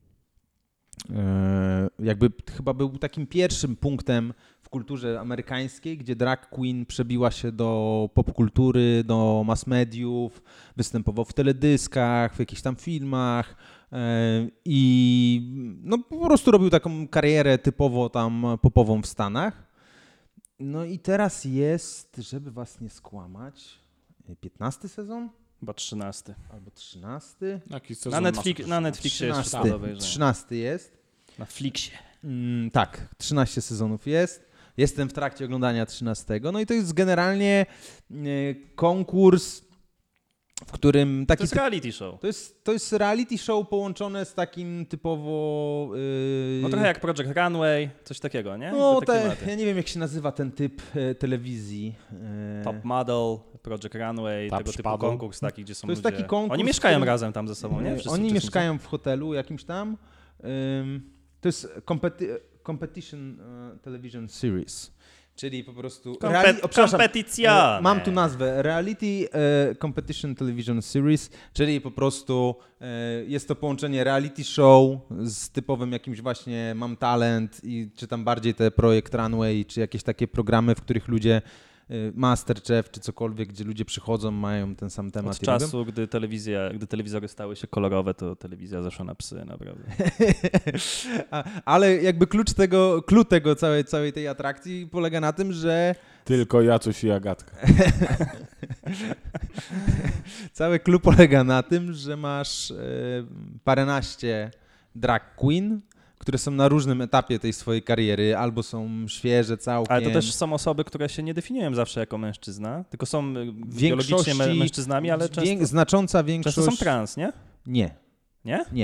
e, jakby chyba był takim pierwszym punktem w kulturze amerykańskiej, gdzie drag queen przebiła się do popkultury, do mass mediów, występował w teledyskach, w jakichś tam filmach e, i no po prostu robił taką karierę typowo tam popową w Stanach. No i teraz jest, żeby was nie skłamać, piętnasty sezon Chyba trzynasty. albo trzynasty. Jakiś Na, sezon Netflix, masz- na Netflixie jeszcze trzynasty. do obejrzenia. trzynasty jest. Na Flixie. Mm, tak, trzynaście sezonów jest. Jestem w trakcie oglądania trzynastego. No i to jest generalnie e, konkurs, w którym To taki jest typ, reality show. to jest, to jest reality show połączone z takim typowo... Yy, No trochę jak Project Runway, coś takiego, nie? No, Jakby takie te, tematy. ja nie wiem jak się nazywa ten typ e, telewizji. E, Top Model, Project Runway, Tap tego typu Szpadł. konkurs taki, gdzie są To jest ludzie... taki konkurs, Oni mieszkają który- razem tam ze sobą, nie? e, Wszyscy Oni uczestnicy. mieszkają w hotelu jakimś tam. Ym, to jest competi- Competition e, Television Series. Czyli po prostu... Kompe- reali- o, przepraszam, Competizione. E, Mam tu nazwę Reality e, Competition Television Series, czyli po prostu e, jest to połączenie reality show z typowym jakimś właśnie Mam Talent i czy tam bardziej te Projekt Runway, czy jakieś takie programy, w których ludzie e, Masterchef, czy cokolwiek, gdzie ludzie przychodzą, mają ten sam temat Od i robią. czasu, gdy, telewizja, gdy telewizory stały się kolorowe, to telewizja zeszła na psy, naprawdę. A, ale jakby klucz tego, klucz tego całej, całej tej atrakcji polega na tym, że Tylko Jacuś i Agatka. cały klub polega na tym, że masz e, paręnaście drag queen, które są na różnym etapie tej swojej kariery, albo są świeże całkiem. Ale to też są osoby, które się nie definiują zawsze jako mężczyzna, tylko są y, W biologicznie mę- większości- mężczyznami, ale często, Wię- znacząca większość... często są trans, nie? Nie, Nie? nie.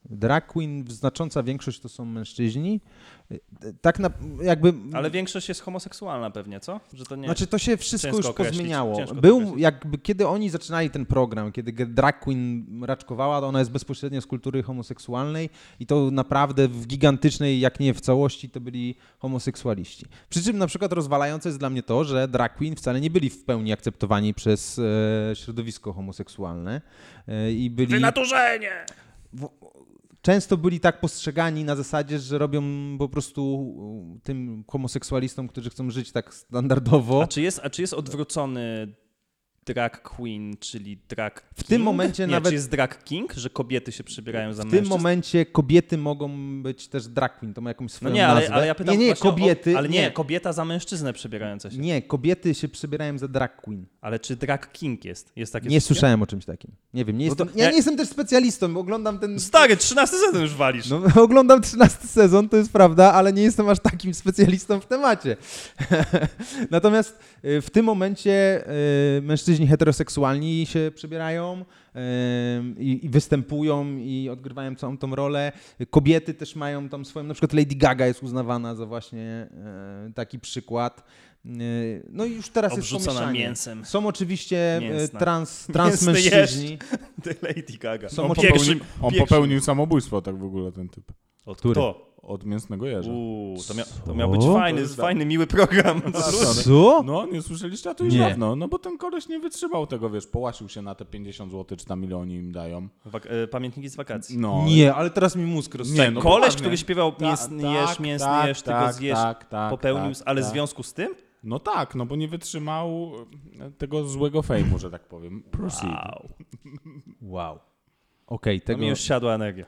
Drag queen, znacząca większość to są mężczyźni. Tak na, jakby... Ale większość jest homoseksualna pewnie, co? Że to nie... Znaczy to się wszystko Ciężko już określić, pozmieniało. ciężko to Był określić. jakby, kiedy oni zaczynali ten program, kiedy drag queen raczkowała, to ona jest bezpośrednio z kultury homoseksualnej i to naprawdę w gigantycznej, jak nie w całości, to byli homoseksualiści. Przy czym na przykład rozwalające jest dla mnie to, że drag queen wcale nie byli w pełni akceptowani przez e, środowisko homoseksualne e, i byli... Wynaturzenie! W, często byli tak postrzegani na zasadzie, że robią po prostu tym homoseksualistom, którzy chcą żyć tak standardowo. A czy jest, a czy jest odwrócony drag queen, czyli drag king? W tym momencie nie, nawet- czy jest drag king, że kobiety się przybierają za W tym mężczyzn? momencie kobiety mogą być też drag queen, to ma jakąś No swoją nie, ale, nazwę. ale ja pytam nie, nie, właśnie kobiety, o, ale nie, nie, kobieta za mężczyznę przebierająca się. nie, kobiety się przybierają za drag queen. Ale czy drag king jest? Jest takie Nie coś? słyszałem o czymś takim. Nie wiem, nie No to- jestem, ja ja- nie jestem też specjalistą, oglądam ten... Stary, trzynasty sezon już walisz. No, oglądam trzynasty sezon, to jest prawda, ale nie jestem aż takim specjalistą w temacie. Natomiast y, w tym momencie y, mężczyźni heteroseksualni się przybierają y, i, i występują i odgrywają całą tą rolę. Kobiety też mają tam swoją, na przykład Lady Gaga jest uznawana za właśnie y, taki przykład. Y, no i już teraz jest Obrzucona pomieszanie. mięsem. Są oczywiście y, Mięsna. trans, trans Mięsny mężczyźni. Ty Lady Gaga. Są On, o popełnił, pierwszym- on pierwszym. popełnił samobójstwo, tak w ogóle ten typ. Od Który? kto? Od mięsnego jeża. Uuu, to, mia- to Co? miał być To fajny, już tak. fajny, miły program. Co? No, nie słyszeliście, a to już Nie. dawno. No bo ten koleś nie wytrzymał tego, wiesz, połasił się na te pięćdziesiąt złotych, czy tam ile oni im dają. Wak- e, pamiętniki z wakacji. No. Nie, ale teraz mi mózg rozstrzygł. Nie, no Koleś, poważnie. który śpiewał Ta- mięsny tak, jesz, mięsny tak, jesz, ty go tak, zjesz, tak, tak, popełnił, tak, ale w tak. związku z tym? No tak, no bo nie wytrzymał tego złego fejmu, że tak powiem. Proceed. Wow. Wow. Okej, To tego... mi już siadła energia.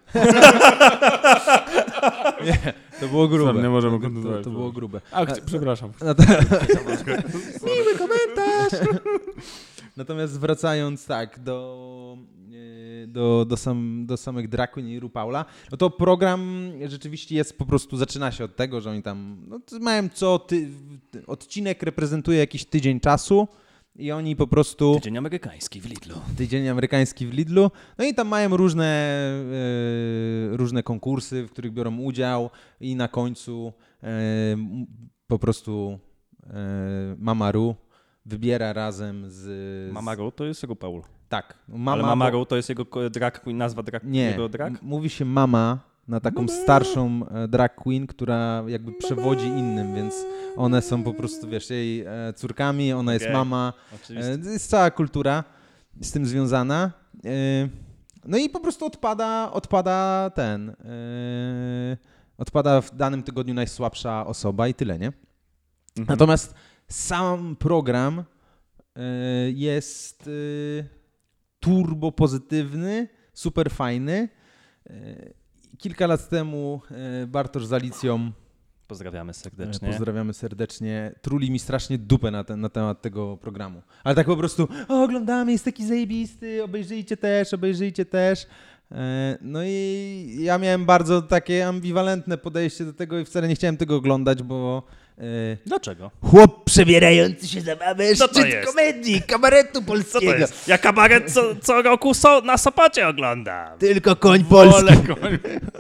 To było grube. Sam nie możemy to, to, kontynuować. to było grube. A, chci- przepraszam. Miły komentarz! Natomiast wracając tak do, e, do, do, sam, do samych drag queen i RuPaula, no to program rzeczywiście jest po prostu, zaczyna się od tego, że oni tam no, to mają co, ty, odcinek reprezentuje jakiś tydzień czasu i oni po prostu... Tydzień amerykański w Lidlu. Tydzień amerykański w Lidlu. No i tam mają różne, e, różne konkursy, w których biorą udział i na końcu e, m- po prostu e, Mama Ru wybiera razem z... z Mama Ru to jest RuPaul. Tak. Mama, Ale Mama bo- Ru to jest jego ko- drag queen, nazwa drag, Nie, jego drag? m- mówi się mama na taką starszą e, drag queen, która jakby przewodzi innym, więc one są po prostu, wiesz, jej e, córkami, ona jest Okej. mama. Oczywiście. E, Jest cała kultura z tym związana. E, No i po prostu odpada, odpada ten. e, Odpada w danym tygodniu najsłabsza osoba i tyle, nie? Mhm. Natomiast sam program e, jest e, turbo pozytywny, super fajny. E, Kilka lat temu e, Bartosz z Alicją, Pozdrawiamy e, serdecznie. pozdrawiamy serdecznie, truli mi strasznie dupę na, ten, na temat tego programu. Ale tak po prostu, o, oglądamy, jest taki zajebisty, obejrzyjcie też, obejrzyjcie też. E, No i ja miałem bardzo takie ambiwalentne podejście do tego i wcale nie chciałem tego oglądać, bo e, Dlaczego? chłop przebierający się za mamę, Co to szczyt jest? komedii, kabaretu Co to polskiego. jest? Ja kabaret co, co roku so, na Sopocie oglądam. Tylko koń polski. Wolę konia.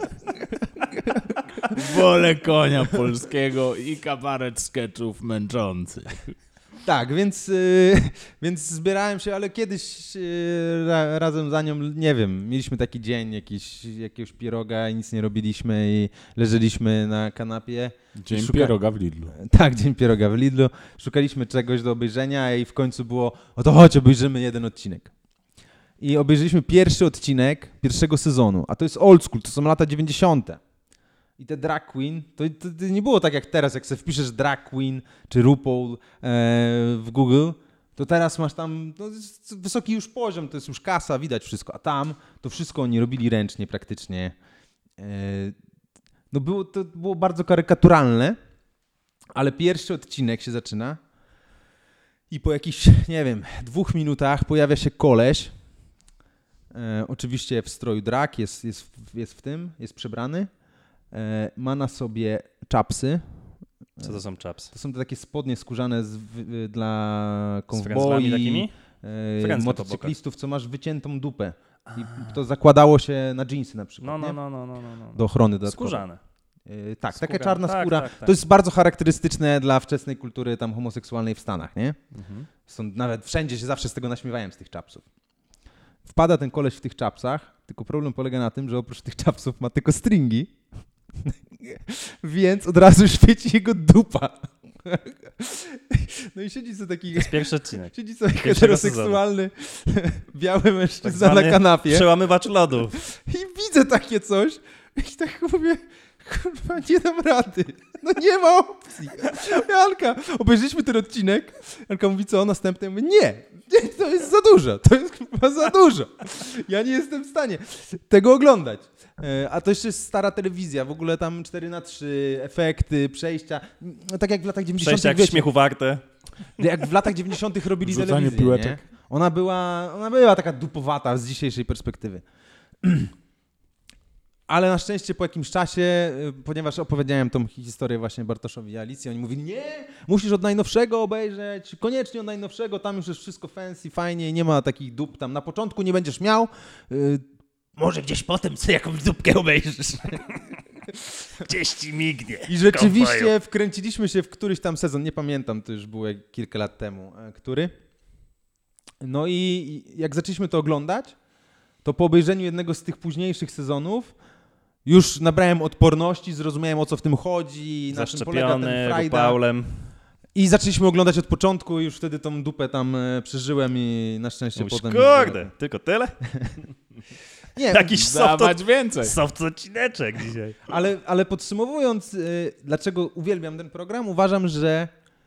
Wolę konia polskiego i kabaret sketchów męczących. Tak, więc, y, więc zbierałem się, ale kiedyś y, ra, razem za nią, nie wiem, mieliśmy taki dzień, jakiś, jakiegoś pieroga i nic nie robiliśmy i leżeliśmy na kanapie. Dzień Szuka- pieroga w Lidlu. Tak, dzień pieroga w Lidlu. Szukaliśmy czegoś do obejrzenia i w końcu było, o to chodź, obejrzymy jeden odcinek. I obejrzeliśmy pierwszy odcinek pierwszego sezonu, a to jest old school, to są lata dziewięćdziesiąte. I te drag queen, to, to, to nie było tak jak teraz, jak sobie wpiszesz drag queen czy RuPaul e, w Google, to teraz masz tam no, jest wysoki już poziom, to jest już kasa, widać wszystko, a tam to wszystko oni robili ręcznie praktycznie. E, no było, to było bardzo karykaturalne, ale pierwszy odcinek się zaczyna i po jakichś, nie wiem, dwóch minutach pojawia się koleś, e, oczywiście w stroju drag, jest, jest, w- jest w tym, jest przebrany. E, Ma na sobie czapsy. Co to są chaps? To są te takie spodnie skórzane z, w, dla Z frędzlami konwoi, takimi? e, Frędzle po motocyklistów, co masz wyciętą dupę. I to zakładało się na dżinsy na przykład, No, no, nie? no, no, no, no, no. Do ochrony dodatkowej. Skórzane. Yy, tak, Skóra. taka czarna Tak, skóra. tak, tak. To jest bardzo charakterystyczne dla wczesnej kultury tam homoseksualnej w Stanach, nie? Mhm. Są, nawet wszędzie się zawsze z tego naśmiewałem, z tych czapsów. Wpada ten koleś w tych czapsach, tylko problem polega na tym, że oprócz tych czapsów ma tylko stringi, więc od razu świeci jego dupa. No i siedzi sobie taki... To jest pierwszy odcinek. Siedzi sobie Pierwszego heteroseksualny, biały mężczyzna Tak zwany na kanapie Przełamywacz lodów. i widzę takie coś i tak mówię, kurwa, nie dam rady. No nie ma opcji. Janka, obejrzeliśmy ten odcinek. Janka mówi, co, następny? Ja mówię, nie, nie, to jest za dużo, to jest chyba za dużo. Ja nie jestem w stanie tego oglądać. E, A to jeszcze jest stara telewizja, w ogóle tam cztery na trzy, efekty, przejścia. No, tak jak w latach dziewięćdziesiątych. Przejście jak wiecie, śmiechu warte. jak w latach dziewięćdziesiątych robili Rzucanie telewizję, piłeczek. nie? Ona była, ona była taka dupowata z dzisiejszej perspektywy. Ale na szczęście po jakimś czasie, y, ponieważ opowiedziałem tą historię właśnie Bartoszowi i Alicji, oni mówili, nie, musisz od najnowszego obejrzeć, koniecznie od najnowszego, tam już jest wszystko fancy, fajnie i nie ma takich dup tam. Na początku nie będziesz miał, y, może gdzieś potem co jakąś dupkę obejrzysz. Gdzieś ci mignie. I rzeczywiście wkręciliśmy się w któryś tam sezon, nie pamiętam, to już było jak kilka lat temu, e, który. No i i jak zaczęliśmy to oglądać, to po obejrzeniu jednego z tych późniejszych sezonów już nabrałem odporności, zrozumiałem, o co w tym chodzi, na czym polega ten Zaszczepiony frajda. Paulem. I zaczęliśmy oglądać od początku i już wtedy tą dupę tam e, przeżyłem i na szczęście Mówisz, potem... kurde, tylko tyle? Nie, Jakiś soft, Dawać więcej. soft odcineczek dzisiaj. Ale, ale podsumowując, y, dlaczego uwielbiam ten program, uważam, że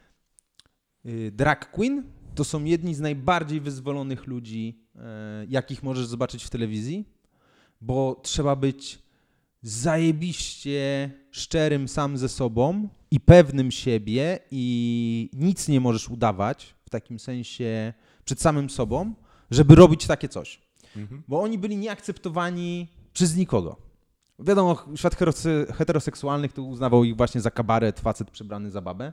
y, drag queen to są jedni z najbardziej wyzwolonych ludzi, y, jakich możesz zobaczyć w telewizji, bo trzeba być zajebiście szczerym sam ze sobą i pewnym siebie i nic nie możesz udawać w takim sensie przed samym sobą, żeby robić takie coś. Mhm. Bo oni byli nieakceptowani przez nikogo. Wiadomo, świat herose- heteroseksualnych to uznawał ich właśnie za kabaret, facet przebrany za babę.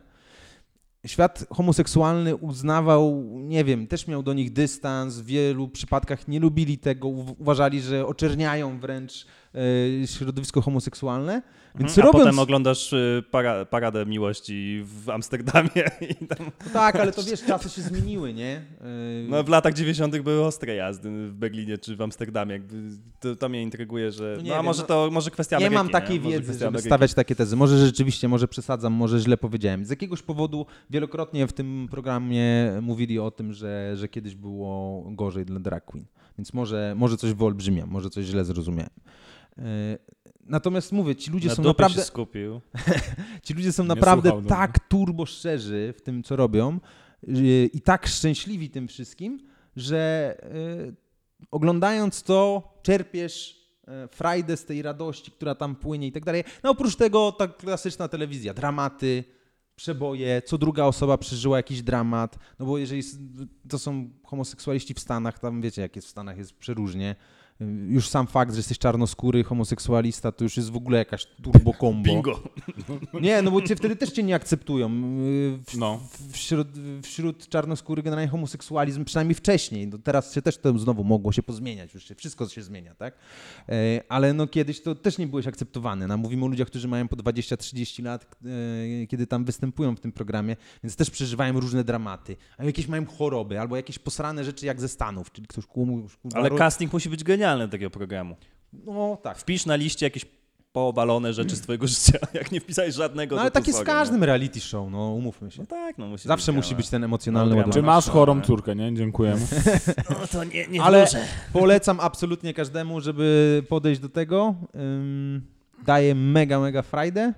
Świat homoseksualny uznawał, nie wiem, też miał do nich dystans, w wielu przypadkach nie lubili tego, u- uważali, że oczerniają wręcz e, środowisko homoseksualne. Więc Mhm, a robiąc... potem oglądasz y, para, paradę miłości w Amsterdamie. I tam, Tak, ale to wiesz, czasy się zmieniły, nie? E, no w latach dziewięćdziesiątych były ostre jazdy w Berlinie czy w Amsterdamie. Jakby to, to mnie intryguje, że... No No, nie a wiem, może no- to może kwestia Nie Ameryki. mam takiej Może wiedzy, kwestia żeby Ameryki. stawiać takie tezy. Może rzeczywiście, może przesadzam, może źle powiedziałem. Z jakiegoś powodu wielokrotnie w tym programie mówili o tym, że, że kiedyś było gorzej dla drag queen. Więc może, może coś wyolbrzymiam, może coś źle zrozumiałem. Yy, Natomiast mówię, ci ludzie Na są dupie naprawdę, się skupił. ci ludzie są Nie naprawdę słuchał, dobra. tak turbo szczerzy w tym, co robią yy, i tak szczęśliwi tym wszystkim, że yy, oglądając to czerpiesz e, frajdę z tej radości, która tam płynie i tak dalej. No oprócz tego ta klasyczna telewizja, dramaty, przeboje, co druga osoba przeżyła jakiś dramat, no bo jeżeli s- to są homoseksualiści w Stanach, tam wiecie jak jest w Stanach, jest przeróżnie. Już sam fakt, że jesteś czarnoskóry, homoseksualista, to już jest w ogóle jakaś turbo combo. Bingo. Nie, no bo cię, wtedy też cię nie akceptują. W, No. wśród, wśród czarnoskórych generalnie homoseksualizm, przynajmniej wcześniej. No teraz się też to znowu mogło się pozmieniać, już się, wszystko się zmienia, tak? E, ale no kiedyś to też nie byłeś akceptowany. No, mówimy o ludziach, którzy mają po dwadzieścia trzydzieści lat, e, kiedy tam występują w tym programie, więc też przeżywają różne dramaty. A jakieś mają choroby, albo jakieś posrane rzeczy jak ze Stanów, czyli ktoś kłamuje. Ale casting musi być genialny takiego programu. No tak. Wpisz na liście jakieś poobalone rzeczy z twojego życia. Jak nie wpisałeś żadnego, No to ale to tak jest w słabe, każdym reality show, no umówmy nie? się. No tak, no musi Zawsze być musi działa. być ten emocjonalny No, ładunek. Czy masz no, chorą nie? córkę, nie? Dziękujemy. No to nie, nie Ale wróżę. polecam absolutnie każdemu, żeby podejść do tego. Ym, daje mega, mega frajdę.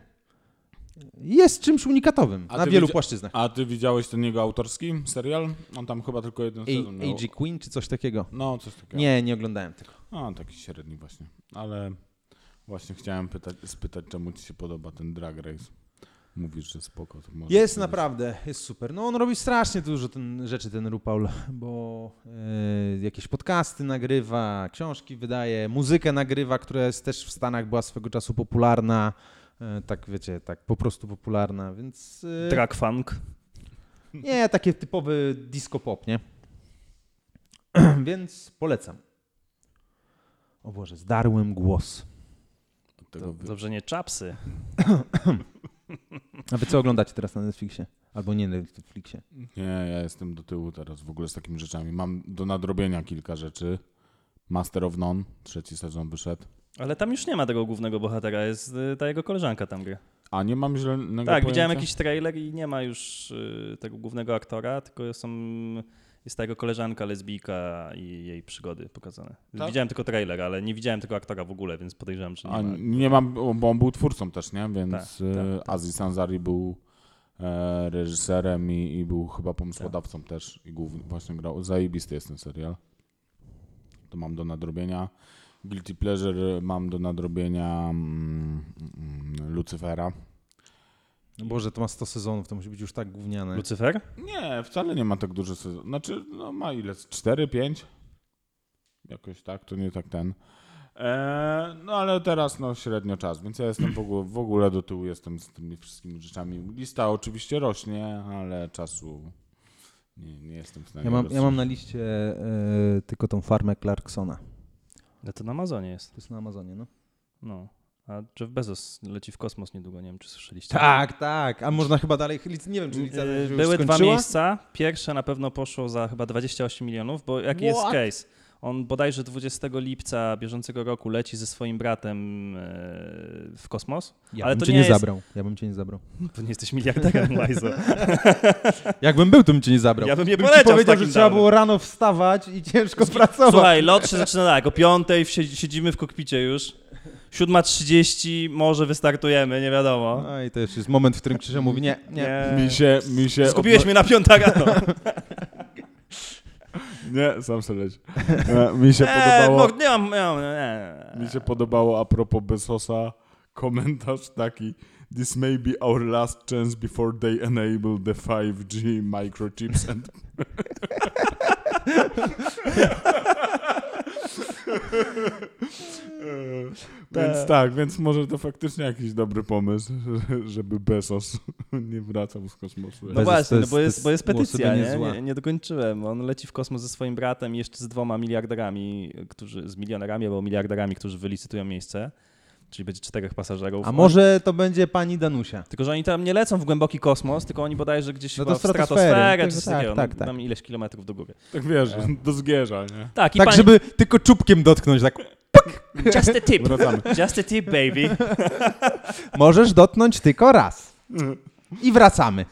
Jest czymś unikatowym A na ty wielu widzi- płaszczyznach. A ty widziałeś ten jego autorski serial? On tam chyba tylko jeden sezon A miał. G Queen czy coś takiego? No, coś takiego. Nie, nie oglądałem tego. A, taki średni właśnie. Ale właśnie chciałem pytać, spytać, czemu ci się podoba ten Drag Race. Mówisz, że spoko. To może Jest kiedyś- naprawdę, jest super. No on robi strasznie dużo ten, rzeczy, ten RuPaul, bo e, jakieś podcasty nagrywa, książki wydaje, muzykę nagrywa, która jest też w Stanach była swego czasu popularna. E, tak wiecie, tak po prostu popularna, więc... E, Track funk. Nie, takie typowy disco pop, nie? Więc polecam. O Boże, zdarłem głos. Od tego To, wy... dobrze, nie czapsy. A wy co oglądacie teraz na Netflixie? Albo nie na Netflixie. Nie, ja jestem do tyłu teraz w ogóle z takimi rzeczami. Mam do nadrobienia kilka rzeczy. Master of None, trzeci sezon wyszedł. Ale tam już nie ma tego głównego bohatera, jest y, ta jego koleżanka tam gra. A nie mam źle Tak, widziałem jakiś trailer i nie ma już y, tego głównego aktora, tylko są, jest ta jego koleżanka, lesbijka i jej przygody pokazane. Tak? Widziałem tylko trailer, ale nie widziałem tego aktora w ogóle, więc podejrzewam, że nie A ma. nie mam, bo on był twórcą też, nie? Więc Tak, e, tak, tak. Aziz Ansari był e, reżyserem i, i był chyba pomysłodawcą Tak. też i głównie właśnie grał. Zajebisty jest ten serial. To mam do nadrobienia. Guilty Pleasure mam do nadrobienia mm, mm, Lucyfera. No Boże, to ma sto sezonów, to musi być już tak gówniane. Lucyfer? Nie, wcale nie ma tak dużo sezonów. Znaczy, no ma ile? cztery, pięć? Jakoś tak, to nie tak ten. E, no ale teraz no średnio czas, więc ja jestem w ogóle, w ogóle do tyłu jestem z tymi wszystkimi rzeczami. Lista oczywiście rośnie, ale czasu nie, nie jestem w stanie Ja mam, ja rozstrzygać. mam na liście e, tylko tą farmę Clarksona. No to na Amazonie jest. To jest na Amazonie, no. No. A Jeff Bezos leci w kosmos niedługo, nie wiem czy słyszeliście. Tak, tak. A można chyba dalej, nie wiem czy licencja Yy, się już Były dwa skończyła? miejsca. Pierwsze na pewno poszło za chyba dwadzieścia osiem milionów, bo jaki jest What? case? On bodajże dwudziestego lipca bieżącego roku leci ze swoim bratem e, w kosmos. Ja Ale bym to cię nie nie, jest- zabrał. Ja bym cię nie zabrał. Bo nie jesteś miliarderem, Lajzo. Jakbym był, to bym cię nie zabrał. Ja bym nie bym ci poleciał w powiedział, że takim trzeba downem. było rano wstawać i ciężko pracować. Słuchaj, lot się zaczyna tak, o piątej wsi- siedzimy w kokpicie już. siódma trzydzieści, może wystartujemy, nie wiadomo. No i to już jest moment, w którym Krzysia mówi nie, nie. Mi się, mi się Skupiłeś odno- mnie na piąta rano. Nie, sam sobie leć. E, Mi się Eee, podobało, no, nie mam, nie mam, nie. mi się podobało a propos Bezosa komentarz taki: This may be our last chance before they enable the five G microchips and E, Więc tak, więc może to faktycznie jakiś dobry pomysł, że- żeby Bezos nie wracał z kosmosu. No Bezos właśnie, to no jest- bo to jest, jest bo jest było petycja, sobie nie? niezła. Nie, nie dokończyłem. On leci w kosmos ze swoim bratem i jeszcze z dwoma miliarderami, którzy, z milionerami albo miliarderami, którzy wylicytują miejsce, czyli będzie czterech pasażerów. A może to będzie pani Danusia? Tylko, że oni tam nie lecą w głęboki kosmos, tylko oni bodajże gdzieś No chyba do w stratosferę, stratosfery. czy coś Tak, takiego, tak, no, tak. tam ileś kilometrów do góry. Tak wiesz, do zgierza, nie? Tak, i Tak, pani... żeby tylko czubkiem dotknąć, tak. Just a tip, Wracamy. just a tip, baby. Możesz dotknąć tylko raz. I wracamy.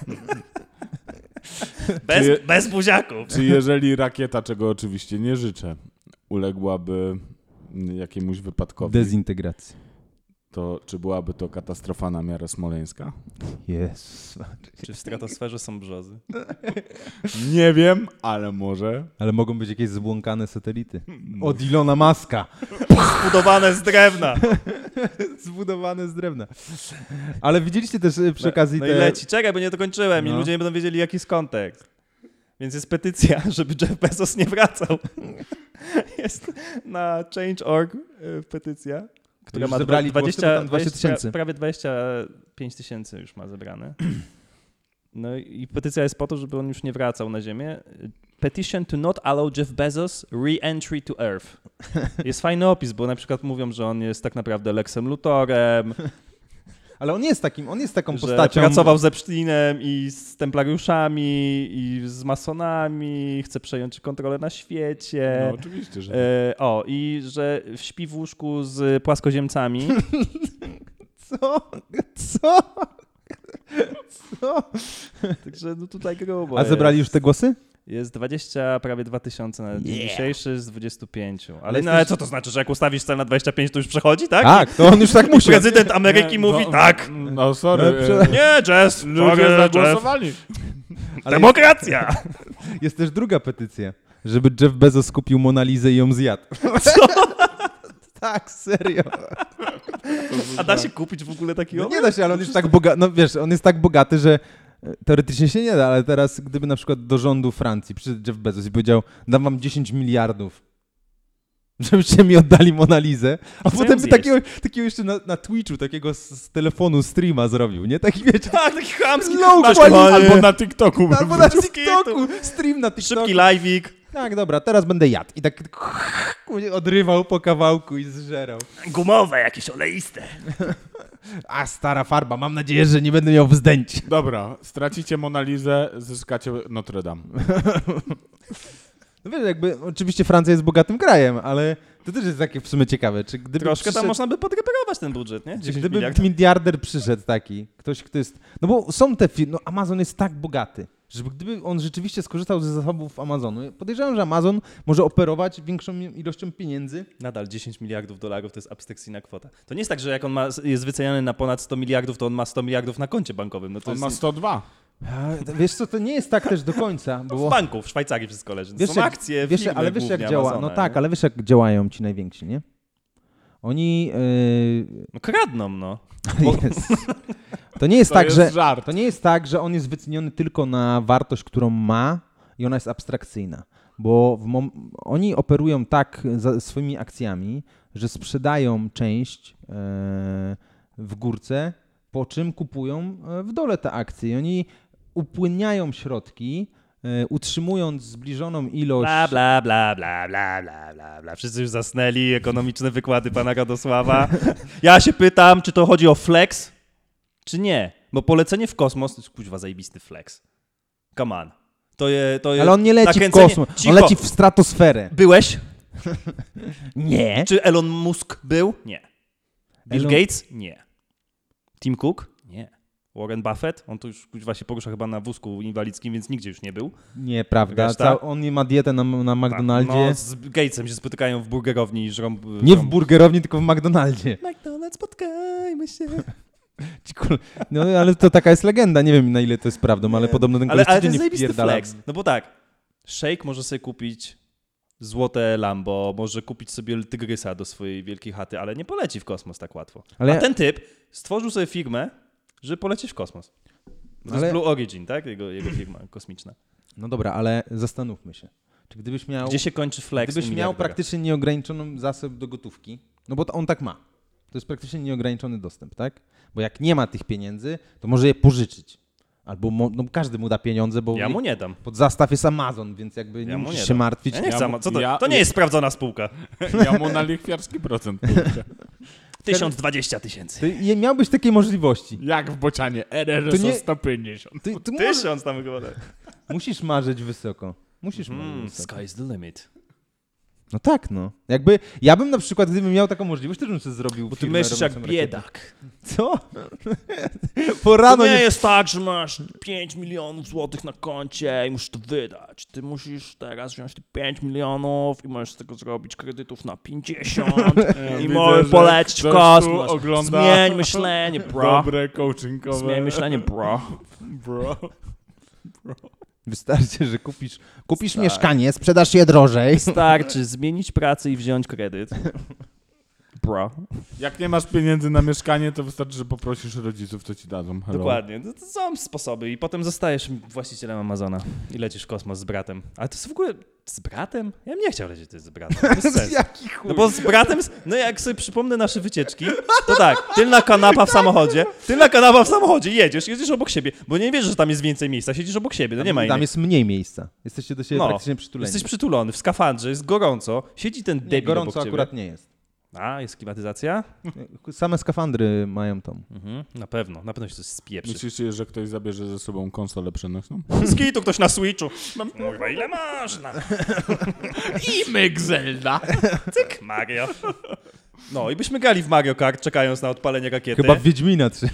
Bez, Czy- bez buziaków. Czy jeżeli rakieta, czego oczywiście nie życzę, uległaby jakiemuś wypadkowi, Dezintegracja. to czy byłaby to katastrofa na miarę smoleńska? Jezus. Czy w stratosferze są brzozy? Nie wiem, ale może. Ale mogą być jakieś zbłąkane satelity. Od Ilona Maska. Budowane z drewna. Zbudowane z drewna. Ale widzieliście też y, przy okazji No te... i leci. Czekaj, bo nie dokończyłem i No. ludzie nie będą wiedzieli, jaki jest kontekst. Więc jest petycja, żeby Jeff Bezos nie wracał. Jest na change kropka org y, petycja, która Już ma zebrali głosy, bo dwadzieścia, tam dwadzieścia tysięcy. pra- prawie dwadzieścia pięć tysięcy już ma zebrane. No i petycja jest po to, żeby on już nie wracał na Ziemię. Petition to not allow Jeff Bezos re-entry to Earth. Jest fajny opis, bo na przykład mówią, że on jest tak naprawdę Lexem Luthorem, Ale on jest takim, on jest taką że postacią... pracował z Epsteinem i z templariuszami i z masonami, chce przejąć kontrolę na świecie. No oczywiście, że E, o, i że śpi w łóżku z płaskoziemcami. Co? Co? Co? Także no tutaj grubo A zebrali już jest. te głosy? Jest dwadzieścia, prawie dwa tysiące na dzień Yeah. dzisiejszy z dwudziestu pięciu. Ale, Ale no, jesteś- ale co to znaczy, że jak ustawisz cel na dwadzieścia pięć, to już przechodzi, tak? Tak, to on już tak I musi. prezydent Ameryki Nie, mówi no, tak. No sorry. No, prze- e, Nie, Jess, Ludzie sorry, Jeff. zagłosowali. Ale Demokracja! jest też druga petycja, żeby Jeff Bezos kupił Monalizę i ją zjadł. Co? Tak, serio. A da się kupić w ogóle taki No obraz? nie da się, ale on jest tak bogaty, no wiesz, on jest tak bogaty, że e, teoretycznie się nie da, ale teraz gdyby na przykład do rządu Francji przyszedł Jeff Bezos i powiedział, dam wam dziesięć miliardów, żebyście mi oddali Monalizę, a Chcę potem ją by takiego, takiego jeszcze na, na Twitchu, takiego z, z telefonu streama zrobił, nie? Taki wiecie, Tak, taki chamski. Low Masz quality. kochany. Albo na TikToku. albo na Bez TikToku, stream na TikToku. Szybki live'ik. Tak, dobra, teraz będę jadł. I tak odrywał po kawałku i zżerał. Gumowe, jakieś oleiste. A, stara farba, mam nadzieję, że nie będę miał wzdęć. Dobra, stracicie Monalizę, zyskacie Notre Dame. No wiesz, jakby oczywiście Francja jest bogatym krajem, ale to też jest takie w sumie ciekawe. Czy gdyby Troszkę tam przyszedł, można by podreperować ten budżet, nie? czy dziesięć gdyby miliardów. miliarder przyszedł taki, ktoś, kto jest... No bo są te firmy, no Amazon jest tak bogaty, żeby gdyby on rzeczywiście skorzystał ze zasobów Amazonu, podejrzewam, że Amazon może operować większą ilością pieniędzy. Nadal dziesięć miliardów dolarów to jest abstrakcyjna kwota. To nie jest tak, że jak on ma, jest wyceniany na ponad sto miliardów, to on ma sto miliardów na koncie bankowym. No to On jest ma sto dwa. A, wiesz co, to nie jest tak też do końca, bo... w banku, w Szwajcarii wszystko leży. Wiesz, Są jak- akcje, Wiesz, firmy ale wiesz jak głównie działa, Amazona, no tak, nie? ale wiesz jak działają ci najwięksi, nie? Oni... Yy... No kradną, no. Jest. To nie jest To tak, jest że... żart. To nie jest tak, że on jest wyceniony tylko na wartość, którą ma i ona jest abstrakcyjna, bo w mom- oni operują tak za swoimi akcjami, że sprzedają część e, w górce, po czym kupują e, w dole te akcje i oni upłynniają środki, e, utrzymując zbliżoną ilość... Bla, bla, bla, bla, bla, bla, bla, bla. Wszyscy już zasnęli, ekonomiczne wykłady pana Radosława. Ja się pytam, czy to chodzi o flex, czy nie? Bo polecenie w kosmos to jest kuźwa zajebisty flex. Come on. To je, to je Ale on nie leci w nakręcenie- kosmos, Cicho. on leci w stratosferę. Byłeś? Nie. Czy Elon Musk był? Nie. Bill Elon- Gates? Nie. Tim Cook? Nie. Warren Buffett? On to już kuźwa się porusza chyba na wózku inwalidzkim, więc nigdzie już nie był. Nieprawda. Wiesz, Ca- tak? on nie ma dietę na, na McDonaldzie. No, z Gatesem się spotykają w burgerowni i żrą... Nie żrą- w burgerowni, tylko w McDonaldzie. McDonald's, spotkajmy się. Ci kul- No ale to taka jest legenda, nie wiem na ile to jest prawdą, ale podobno ten Ale, koleś ale to jest codziennie zajebisty wpierdala. flex. No bo tak, Shake może sobie kupić złote Lambo, może kupić sobie tygrysa do swojej wielkiej chaty, ale nie poleci w kosmos tak łatwo. Ale- A ten typ stworzył sobie firmę, żeby polecieć w kosmos. To Ale- jest Blue Origin, tak? Jego, jego firma kosmiczna. No dobra, ale zastanówmy się. Czy gdybyś miał, Gdzie się kończy flex gdybyś u miał miliardera? praktycznie nieograniczoną zasób do gotówki, no bo to on tak ma. To jest praktycznie nieograniczony dostęp, tak? Bo jak nie ma tych pieniędzy, to może je pożyczyć. Albo mo- no, każdy mu da pieniądze, bo Ja mu nie dam. pod zastaw jest Amazon, więc jakby nie Ja mu musisz nie się dam. martwić. Ja nie Ja chcę, mu- co to, ja- to nie jest sprawdzona spółka. Ja mu na lichwiarski procent pójdę. tysiąc dwadzieścia tysięcy. Ty nie miałbyś takiej możliwości. Jak w bocianie, R R To S nie- o sto pięćdziesiąt. Ty, ty możesz, Tysiąc tam chyba. tak. musisz marzyć wysoko. Musisz Mm, marzyć wysoko. sky's the limit. No tak, no. Jakby, ja bym na przykład, gdybym miał taką możliwość, też bym sobie zrobił Bo ty firmę myślisz jak robiącą rakiety. biedak. Co? Po rano To nie nie... jest tak, że masz pięć milionów złotych na koncie i musisz to wydać. Ty musisz teraz wziąć te pięć milionów i możesz z tego zrobić kredytów na pięćdziesiąt i widzę, możesz że polecieć w ktoś kosmos. tu ogląda Zmień myślenie, bro. Dobre coachingowe. Zmień myślenie, bro. Bro. Wystarczy, że kupisz, kupisz Tak. mieszkanie, sprzedasz je drożej. Starczy zmienić pracę i wziąć kredyt. Bro. Jak nie masz pieniędzy na mieszkanie, to wystarczy, że poprosisz rodziców, to ci dadzą. Hello. Dokładnie. To, to są sposoby i potem zostajesz właścicielem Amazona i lecisz w kosmos z bratem. Ale to jest w ogóle z bratem? Ja bym nie chciał lecieć z bratem. Bez sensu. Jaki chuj. No bo z bratem, jest- no jak sobie przypomnę nasze wycieczki, to tak, tylna kanapa w samochodzie, tylna kanapa w samochodzie, jedziesz, jedziesz obok siebie, bo nie wiesz, że tam jest więcej miejsca, siedzisz obok siebie, no nie ma Tam innej. jest mniej miejsca. Jesteście do siebie No, praktycznie przytuleni. Jesteś przytulony, w skafandrze, jest gorąco, siedzi ten Nie, debil gorąco obok ciebie. akurat nie jest. A, jest klimatyzacja? Same skafandry mają tą. Mhm, na pewno, na pewno się coś spieprzy. Myślisz, że ktoś zabierze ze sobą konsolę przenośną? Skitu ktoś na Switchu. Mam, kurwa, ile masz? Na... I myk Zelda. Cyk, Mario. No i byśmy grali w Mario Kart, czekając na odpalenie rakiety. Chyba w Wiedźmina trzy.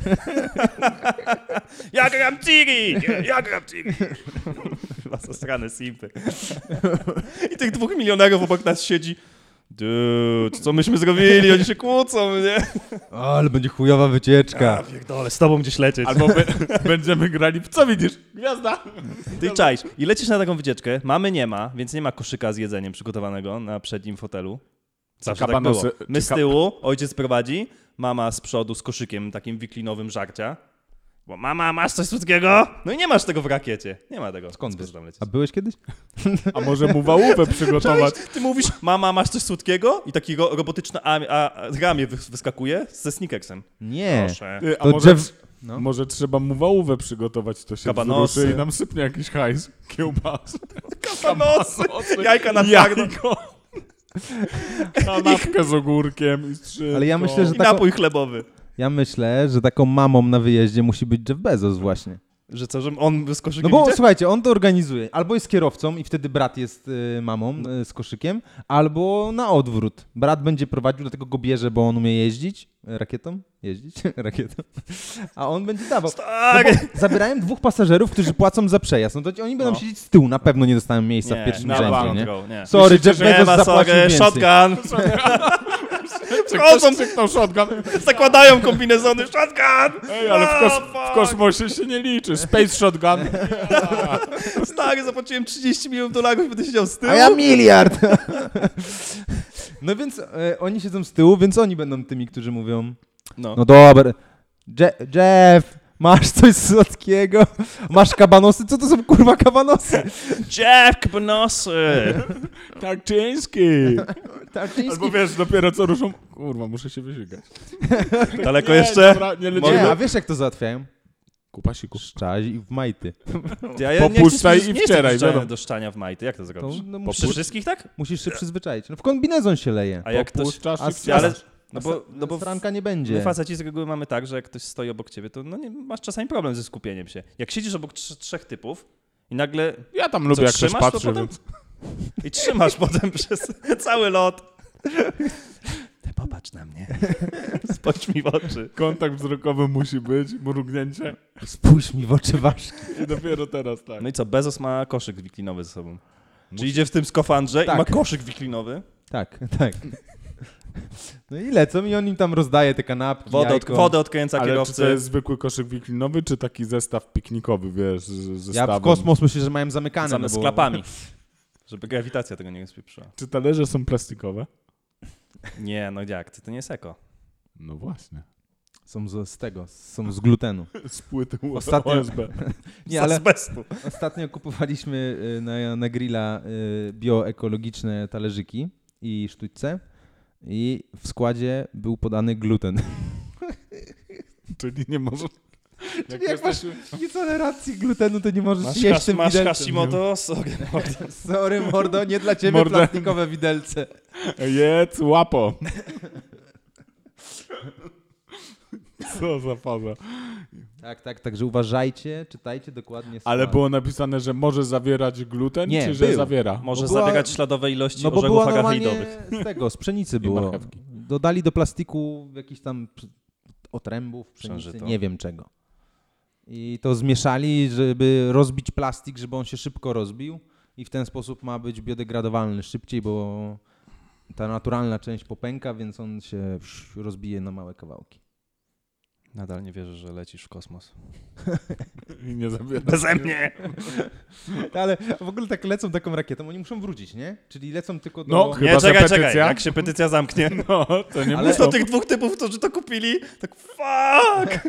Ja gram Ciri! Ja gram Ciri! Chyba zasrane simpy. I tych dwóch milionerów obok nas siedzi. Dude, co myśmy zrobili? Oni się kłócą, nie? O, ale będzie chujowa wycieczka. A, pierdolę, z tobą gdzieś lecieć. Albo be- będziemy grali w co widzisz? Gwiazda. Ty czaisz. I lecisz na taką wycieczkę, mamy nie ma, więc nie ma koszyka z jedzeniem przygotowanego na przednim fotelu. Zawsze tak było. kabanosy- My czy z ka- tyłu, ojciec prowadzi, mama z przodu z koszykiem takim wiklinowym żarcia. Bo mama, masz coś słodkiego? No i nie masz tego w rakiecie. Nie ma tego. Skąd Co wiesz? tam lecieć? A byłeś kiedyś? A może mu wałówę przygotować? Ty mówisz, mama, masz coś słodkiego? I taki ro- robotyczne a, a, ramię wy- wyskakuje ze sneakersem. Nie. Proszę. Ty, A To może, drzew... No. może trzeba mu wałówę przygotować, to się Kabanosy. wzruszy i nam sypnie jakiś hajs, kiełbas. kabanosy, jajka na twardo. Jajko. Kanapkę z ogórkiem i strzynką. Ale ja myślę, że I taką- napój chlebowy. Ja myślę, że taką mamą na wyjeździe musi być Jeff Bezos właśnie. Że co, że on z No koszykiem bo idzie? słuchajcie, on to organizuje. Albo jest kierowcą i wtedy brat jest y, mamą y, z koszykiem, albo na odwrót. Brat będzie prowadził, dlatego go bierze, bo on umie jeździć y, rakietą. Jeździć rakietą. A on będzie dawał. No Tak. bo zabierają dwóch pasażerów, którzy płacą za przejazd. No to oni będą No. siedzieć z tyłu, na pewno nie dostają miejsca w Nie, pierwszym na rzędzie, bank nie? go, nie. Sorry, Myślicie, Jeff że Nie Bezos ma zapłacił sorry, więcej. shotgun. Czy Wchodzą, ktoś krzyknął shotgun? zakładają kombinezony, shotgun! Ej, ale w, kos- Oh, w fuck. kosmosie się nie liczy. Space shotgun. Stary, zapłaciłem trzydzieści milionów dolarów, będę siedział z tyłu. A ja miliard! No więc e, oni siedzą z tyłu, więc oni będą tymi, którzy mówią No. no dobra, Je- Jeff, masz coś słodkiego? Masz kabanosy? Co to są kurwa kabanosy? Jeff, kabanosy! Tarczyński. Tarczyński. Albo wiesz, dopiero co ruszą. Kurwa, muszę się wyżygać. Daleko Nie, jeszcze? Dobra, nie Nie, lecimy. a wiesz jak to załatwiają? Kupasiku. Szczaź i w majty. Ja, ja Popuszczaj nie chcę, i nie chcę wcieraj, wjeżdżania wiadomo. do szczania w majty. Jak to zrobisz? To, no, Przy musisz, wszystkich tak? musisz się przyzwyczaić. No w kombinezon się leje. A jak ktoś... Popuszczasz A i s- wcierasz. Ale, no bo, no bo Stranka nie my będzie. faceci z reguły mamy tak, że jak ktoś stoi obok ciebie, to no nie, masz czasami problem ze skupieniem się. Jak siedzisz obok trz- trzech typów i nagle... Ja tam lubię, Co, jak ktoś trzymasz to patrzy, potem? więc... I trzymasz potem przez cały lot. Popatrz na mnie. Spojrz mi w oczy. Kontakt wzrokowy musi być, mrugnięcie Spójrz mi w oczy ważki. i dopiero teraz tak. No i co, Bezos ma koszyk wiklinowy ze sobą. Czy idzie w tym skafandrze Tak. i ma koszyk wiklinowy? Tak, tak. No i lecą i on im tam rozdaje te kanapki, Wodę, od, jajko. wodę odkręca Ale czy kierowcy. to jest zwykły koszyk wiklinowy, czy taki zestaw piknikowy, wiesz, z Ja zestawem? w kosmos myślę, że mają zamykane. Same no z bo... klapami. Żeby grawitacja tego nie spieprzyła. Czy talerze są plastikowe? Nie, no jak, to, to nie jest eko. No właśnie. Są z, z tego, są z glutenu. Z płyty Ostatnio- O S B. Nie, Z ale azbestu. ostatnio kupowaliśmy y, na, na grilla y, bioekologiczne talerzyki i sztućce i w składzie był podany gluten. Czyli nie może... Jak, jak masz jesteś- nietolerancji glutenu, to nie możesz Masz, jeść hasz, tym masz widelcem. Hashimoto? Sorry. Sorry mordo, nie dla ciebie Mordo. plastikowe widelce. Jedz łapo. Co za faza. Tak, tak, także uważajcie, czytajcie dokładnie Ale skład. było napisane, że może zawierać gluten, Nie, czy że był. zawiera? Może Bo była- zawierać śladowe ilości No bo orzechów była normalnie agaheidowych. z tego, z pszenicy było. marchewki. Dodali do plastiku jakiś tam przy- otrębów, pszenicy, Przężyto. nie wiem czego. I to zmieszali, żeby rozbić plastik, żeby on się szybko rozbił i w ten sposób ma być biodegradowalny szybciej, bo ta naturalna część popęka, więc on się psz, rozbije na małe kawałki. Nadal nie wierzę, że lecisz w kosmos. I nie zawiera. Beze mnie! Ale w ogóle tak lecą taką rakietą, oni muszą wrócić, nie? Czyli lecą tylko do... No, Chyba, Nie, że czekaj, petycja? czekaj. Jak się petycja zamknie. No, to nie Ale muszą. Do tych dwóch typów, którzy to kupili, tak fuck!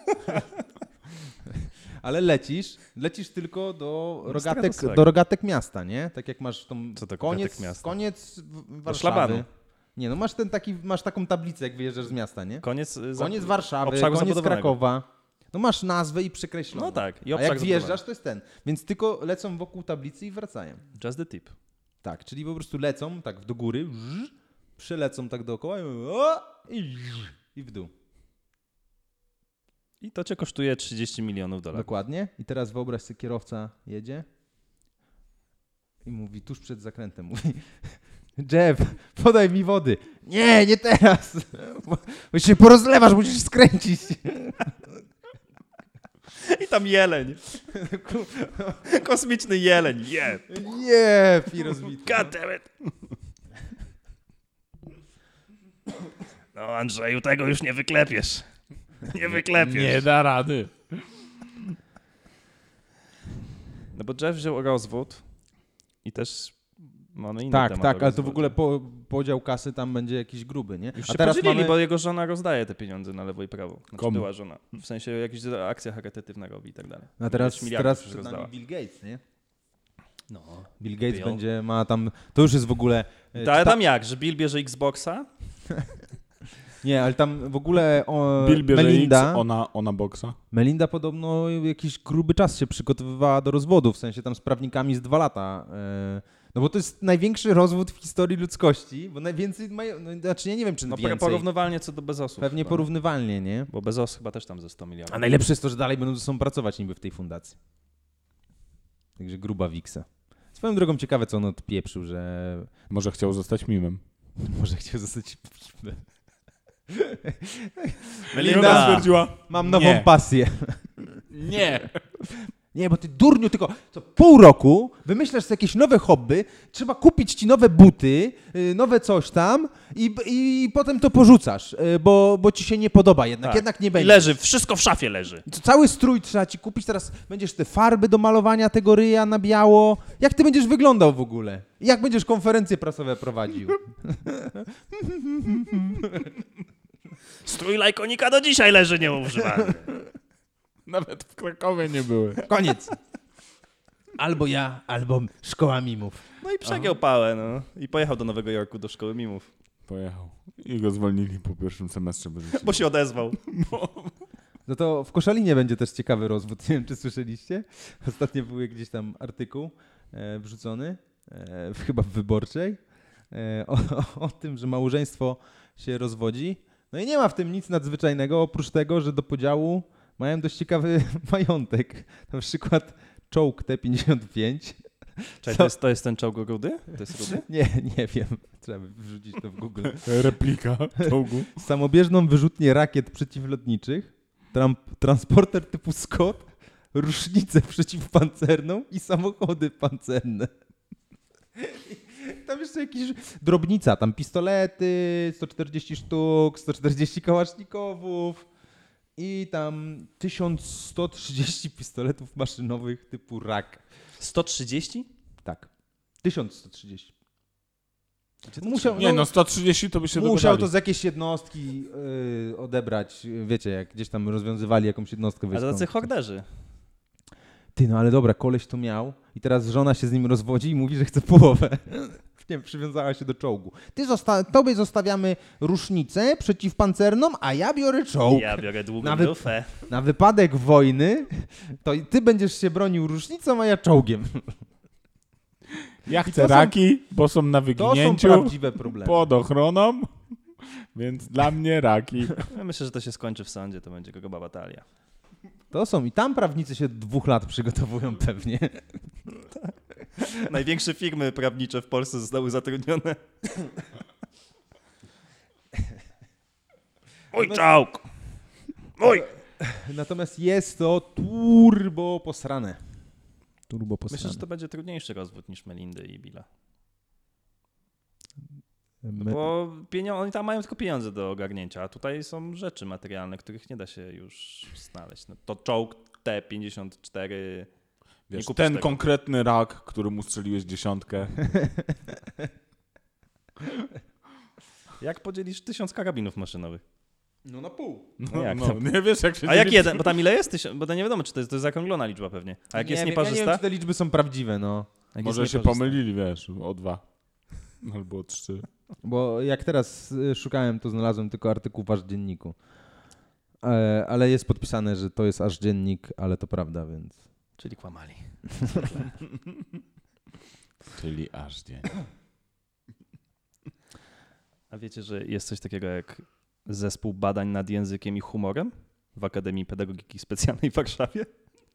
Ale lecisz, lecisz tylko do rogatek, stratosfery. do rogatek miasta, nie? Tak jak masz tą Co to koniec, rogatek miasta? koniec w- Warszawy. szlabanu. Nie, no masz ten taki, masz taką tablicę, jak wyjeżdżasz z miasta, nie? Koniec, y, za- Koniec Warszawy, obszaru koniec zabudowanego. Krakowa. No masz nazwę i przekreśloną. No tak, i A obszar jak wjeżdżasz, zabudowany. to jest ten. Więc tylko lecą wokół tablicy i wracają. Just the tip. Tak, czyli po prostu lecą tak do góry, zzz, przylecą tak dookoła i, o, i, zzz, i w dół. I to cię kosztuje trzydzieści milionów dolarów. Dokładnie. I teraz wyobraź sobie, kierowca jedzie i mówi tuż przed zakrętem, mówi Jeff, podaj mi wody. Nie, nie teraz. Bo, bo się porozlewasz, musisz skręcić. I tam jeleń. Kosmiczny jeleń. Yeah. Nie, i rozbity. God damn it. No Andrzeju, tego już nie wyklepiesz. Nie wyklepiesz. Nie da rady. No bo Jeff wziął rozwód i też mamy inny Tak, temat tak, o ale to w rozwodzie. ogóle po, podział kasy tam będzie jakiś gruby, nie? Już A się teraz podzielili, mamy... bo jego żona rozdaje te pieniądze na lewo i prawo. Znaczy Komu? była żona. W sensie jakichś akcjach charytatywnego i tak dalej. A teraz, Ileś miliardów teraz już przed rozdała. nami Bill Gates, nie? No. Bill Gates Bill. będzie, ma tam, to już jest w ogóle... e, Ale czyta- tam jak, że Bill bierze Xboxa? Nie, ale tam w ogóle o, Bill bierze Melinda, X, ona, ona boksa. Melinda podobno jakiś gruby czas się przygotowywała do rozwodu, w sensie tam z prawnikami z dwa lata. e, No bo to jest największy rozwód w historii ludzkości, bo najwięcej mają, no, znaczy ja nie wiem, czy No więcej. porównywalnie co do bezosów. Pewnie chyba. porównywalnie, nie? Bo bezos chyba też tam ze sto milionów. A najlepsze jest to, że dalej będą ze sobą pracować niby w tej fundacji. Także gruba wiksa. Swoją drogą ciekawe, co on odpieprzył, że Może chciał zostać mimem. może chciał zostać... Melinda stwierdziła, Mam nową Nie. pasję. nie. Nie, bo ty durniu, tylko co pół roku wymyślasz sobie jakieś nowe hobby, trzeba kupić ci nowe buty, yy, nowe coś tam i, i potem to porzucasz, yy, bo, bo ci się nie podoba jednak, Tak. jednak nie I będzie. leży, wszystko w szafie leży. To cały strój trzeba ci kupić, teraz będziesz te farby do malowania tego ryja na biało. Jak ty będziesz wyglądał w ogóle? Jak będziesz konferencje prasowe prowadził? Strój lajkonika do dzisiaj leży nieużywany. Nawet w Krakowie nie były. Koniec. Albo ja, albo szkoła mimów. No i przegiął pałę, no. I pojechał do Nowego Jorku, do szkoły mimów. Pojechał. I go zwolnili po pierwszym semestrze. Wyrzucili. Bo się odezwał. No to w Koszalinie będzie też ciekawy rozwód. Nie wiem, czy słyszeliście. Ostatnio był gdzieś tam artykuł e, wrzucony, e, chyba w Wyborczej, e, o, o, o tym, że małżeństwo się rozwodzi. No i nie ma w tym nic nadzwyczajnego, oprócz tego, że do podziału mają dość ciekawy majątek. Na przykład czołg T pięćdziesiąt pięć. Czekaj, to jest, to jest ten czołg rudy? To jest rudy? Nie, nie wiem. Trzeba by wrzucić to w Google. Replika czołgu. Samobieżną wyrzutnię rakiet przeciwlotniczych, tram, transporter typu Scott, rusznicę przeciwpancerną i samochody pancerne. Tam jeszcze jakieś drobnica, tam pistolety, sto czterdzieści sztuk, sto czterdzieści kałasznikowów i tam tysiąc sto trzydzieści pistoletów maszynowych typu rak. sto trzydzieści? Tak, tysiąc sto trzydzieści. Musiał, Nie no, sto trzydzieści to by się Musiał dogadali. to z jakiejś jednostki yy, odebrać, wiecie, jak gdzieś tam rozwiązywali jakąś jednostkę A wojskową. tacy horderzy. Ty, no ale dobra, koleś to miał i teraz żona się z nim rozwodzi i mówi, że chce połowę. Nie, przywiązała się do czołgu. Ty zosta- tobie zostawiamy rusznicę przeciwpancerną, a ja biorę czołg. Ja biorę długą Nawet- lufę. Na wypadek wojny to i ty będziesz się bronił rusznicą, a ja czołgiem. Ja to chcę są- raki, bo są na To są wyginięciu prawdziwe problemy. pod ochroną, więc dla mnie raki. Ja myślę, że to się skończy w sądzie, to będzie gruba batalia. To są i tam prawnicy się dwóch lat przygotowują pewnie. Największe firmy prawnicze w Polsce zostały zatrudnione. Mój czołg! Mój! Natomiast jest to turbo posrane. Turbo posrane. Myślę, że to będzie trudniejszy rozwód niż Melindy i Billa. My- Bo pienio- oni tam mają tylko pieniądze do ogarnięcia, a tutaj są rzeczy materialne, których nie da się już znaleźć. No, to czołg T pięćdziesiąt cztery... Nie Wiesz, kupisz ten tego. konkretny rak, którym ustrzeliłeś dziesiątkę. Jak podzielisz tysiąc karabinów maszynowych? No na pół. No, jak no, to? nie wiesz jak się A jak dzieli- jeden? Bo tam ile jest? Tysiąc, bo to nie wiadomo, czy to jest, to jest zaokrąglona liczba pewnie. A jak jest wiem, ja nie nieparzysta? wiem, czy te liczby są prawdziwe, no. Jak Może jest się nieparzysta? pomylili, wiesz, o dwa. Albo o trzy. Bo jak teraz y, szukałem, to znalazłem tylko artykuł w Aż Dzienniku. E, ale jest podpisane, że to jest Aż Dziennik, ale to prawda, więc... Czyli kłamali. Czyli aż dzień. A wiecie, że jest coś takiego jak zespół badań nad językiem i humorem w Akademii Pedagogiki Specjalnej w Warszawie?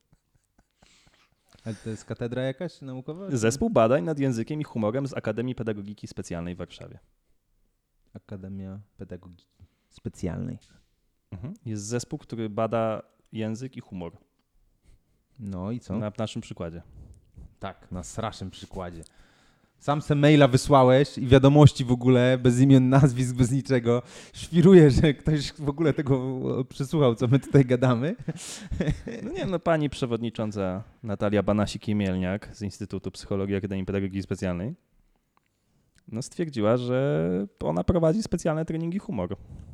Ale to jest katedra jakaś naukowa? Zespół badań nad językiem i humorem z Akademii Pedagogiki Specjalnej w Warszawie. Akademia Pedagogiki Specjalnej. Mhm. Jest zespół, który bada język i humor. No i co? Na naszym przykładzie. Tak, na strasznym przykładzie. Sam se maila wysłałeś i wiadomości w ogóle, bez imion, nazwisk, bez niczego. Świruję, że ktoś w ogóle tego przysłuchał, co my tutaj gadamy. No nie wiem, no pani przewodnicząca Natalia Banasik-Jemielniak z Instytutu Psychologii Akademii Pedagogiki Specjalnej no stwierdziła, że ona prowadzi specjalne treningi humoru.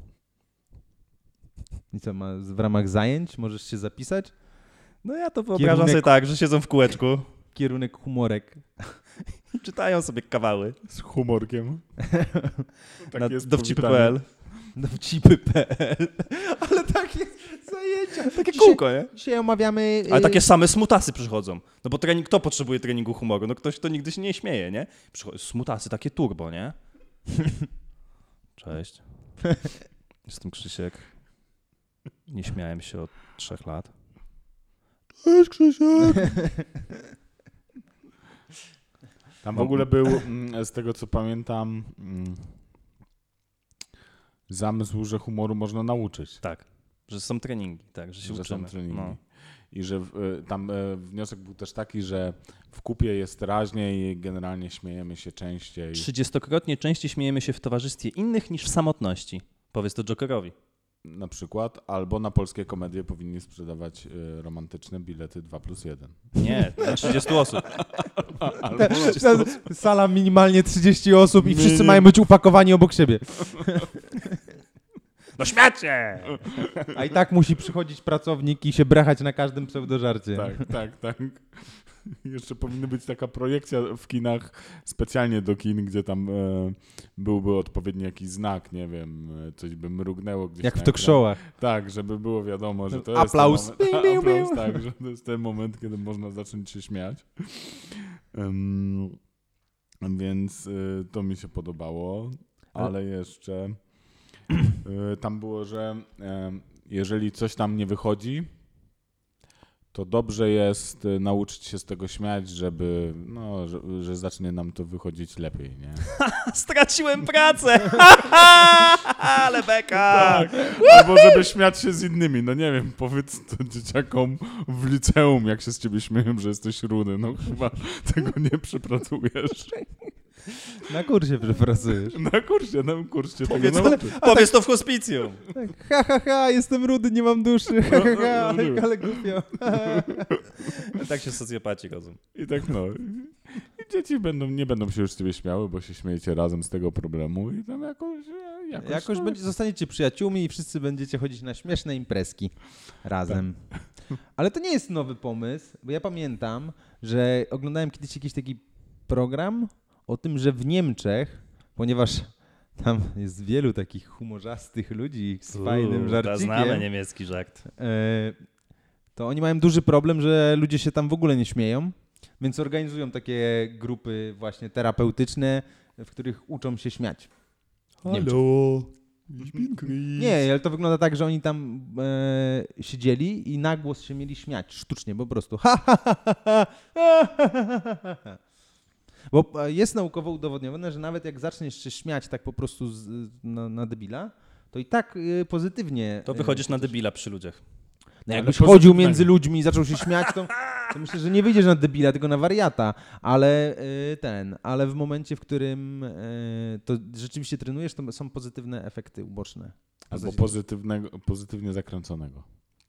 I co, ma w ramach zajęć możesz się zapisać? No ja to wyobrażam Kierunek- sobie tak, że siedzą w kółeczku Kierunek humorek. i czytają sobie kawały Z humorkiem. na Tak jest dowcipy powitanie. kropka p l. dowcipy kropka pe el. Ale takie zajęcia. Takie Dzisiaj- kółko, nie? Dzisiaj omawiamy... Ale y, takie same smutasy przychodzą. No bo trening, kto potrzebuje treningu humoru? No ktoś, kto nigdy się nie śmieje, nie? Przycho- smutasy, takie turbo, nie? Cześć. Jestem Krzysiek. Nie śmiałem się od trzech lat. Cześć, Krzysiek. Tam w ogóle był, mm, z tego co pamiętam, mm, zamysł, że humoru można nauczyć. Tak, że są treningi, tak, że się Że uczymy. są treningi. No. I że w, y, tam y, wniosek był też taki, że w kupie jest raźniej i generalnie śmiejemy się częściej. Trzydziestokrotnie częściej śmiejemy się w towarzystwie innych niż w samotności. Powiedz to Jokerowi. Na przykład, albo na polskie komedie powinni sprzedawać y, romantyczne bilety dwa plus jeden. Nie, na trzydzieści osób. Albo Ta, ta, sala minimalnie trzydzieści osób i Nie, wszyscy nie. mają być upakowani obok siebie. No śmiacie! A i tak musi przychodzić pracownik i się brachać na każdym pseudożarcie. Tak, tak, tak. Jeszcze powinna być taka projekcja w kinach, specjalnie do kin, gdzie tam e, byłby odpowiedni jakiś znak, nie wiem, e, coś by mrugnęło gdzieś Jak w na talk ekran. showach. Tak, żeby było wiadomo, że to Aplauz. jest ten moment, Biu, biu, biu. aplauz, tak, że to jest ten moment, kiedy można zacząć się śmiać. Um, więc y, to mi się podobało, ale jeszcze y, tam było, że y, jeżeli coś tam nie wychodzi, to dobrze jest y, nauczyć się z tego śmiać, żeby, no, że, że zacznie nam to wychodzić lepiej, nie? Straciłem pracę! Ale beka! Tak, albo żeby śmiać się z innymi, no nie wiem, powiedz to dzieciakom w liceum, jak się z ciebie śmieją, że jesteś rudy, no chyba tego nie przepracujesz. Na kursie przepracujesz. Na kursie, na kursie tego Powiedz, nauczysz. powiedz to w hospicjum. Tak, ha, ha, ha, jestem rudy, nie mam duszy. Ha, ha, ha, ale, ale głupio. Tak się socjopaci rodzą. I tak no. I dzieci będą, nie będą się już z ciebie śmiały, bo się śmiejecie razem z tego problemu i tam jakoś... e, Jakoś, Jakoś no, będzie, zostaniecie przyjaciółmi i wszyscy będziecie chodzić na śmieszne imprezki razem. Ale to nie jest nowy pomysł, bo ja pamiętam, że oglądałem kiedyś jakiś taki program o tym, że w Niemczech, ponieważ tam jest wielu takich humorzastych ludzi z fajnym To żarcikiem, znamy niemiecki żart. e, to oni mają duży problem, że ludzie się tam w ogóle nie śmieją, więc organizują takie grupy właśnie terapeutyczne, w których uczą się śmiać. Halo. Nie, ale to wygląda tak, że oni tam e, siedzieli i na głos się mieli śmiać, sztucznie, po prostu. Ha, ha, ha, ha, ha, ha, ha, ha, ha. Bo e, jest naukowo udowodnione, że nawet jak zaczniesz się śmiać tak po prostu z, na, na debila, to i tak e, pozytywnie... To e, wychodzisz na debila przy ludziach. No Ale jakbyś pozytywnego. chodził między ludźmi i zaczął się śmiać, to, to myślę, że nie wyjdziesz na debila, tylko na wariata, ale y, ten, ale w momencie, w którym y, to rzeczywiście trenujesz, to są pozytywne efekty uboczne. Albo pozytywnego, pozytywnie zakręconego.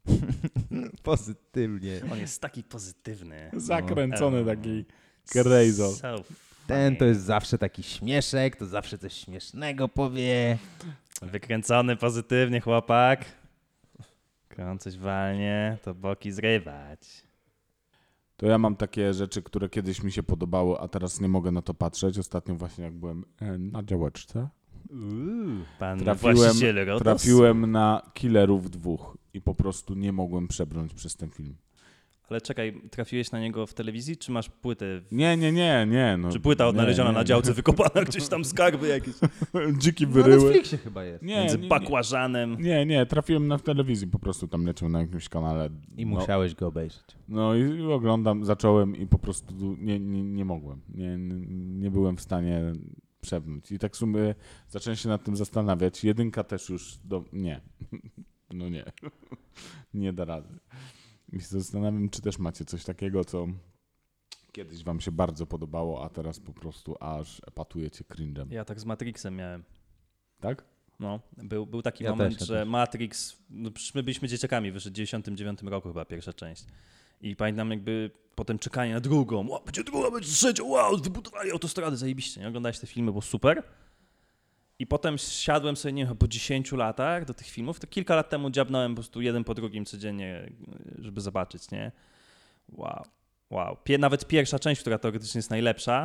Pozytywnie. On jest taki pozytywny. Zakręcony No. taki krejzo. So Ten to funny. jest zawsze taki śmieszek, to zawsze coś śmiesznego powie. Wykręcony pozytywnie chłopak. Krąc coś walnie, to boki zrywać. To ja mam takie rzeczy, które kiedyś mi się podobały, a teraz nie mogę na to patrzeć. Ostatnio właśnie jak byłem e, na działeczce, Pan Trafiłem- właściciel Rodos. trafiłem na Killerów dwóch i po prostu nie mogłem przebrnąć przez ten film. Ale czekaj, trafiłeś na niego w telewizji, czy masz płytę? W... Nie, nie, nie, nie. No, Czy płyta odnaleziona nie, nie, na działce wykopana, gdzieś tam skarby jakieś? Dziki Na wyryły. Netflixie chyba jest. Nie, Między nie, nie. bakłażanem. Nie, nie, trafiłem na w telewizji, po prostu tam leciał na jakimś kanale. I no, musiałeś go obejrzeć. No i i oglądam, zacząłem i po prostu nie, nie, nie mogłem. Nie, nie, nie byłem w stanie przebrnąć. I tak w sumie zacząłem się nad tym zastanawiać. Jedynka też już do... Nie. No nie. Nie da rady. I się zastanawiam, czy też macie coś takiego, co kiedyś wam się bardzo podobało, a teraz po prostu aż epatujecie cringe'em. Ja tak z Matrixem miałem. Tak? No, był, był taki Ja moment, też, ja że też. Matrix, no przecież my byliśmy dzieciakami, wyszedł w dziewięćdziesiątym dziewiątym roku chyba pierwsza część. I pamiętam jakby potem czekanie na drugą, o, będzie druga, będzie trzecia, wow, wybudowali autostrady, zajebiście, nie? Oglądałeś te filmy, było super. I potem siadłem sobie, nie wiem, po dziesięciu latach do tych filmów, to kilka lat temu dziabnąłem po prostu jeden po drugim codziennie, żeby zobaczyć, nie? Wow, wow. Pie, nawet pierwsza część, która teoretycznie jest najlepsza,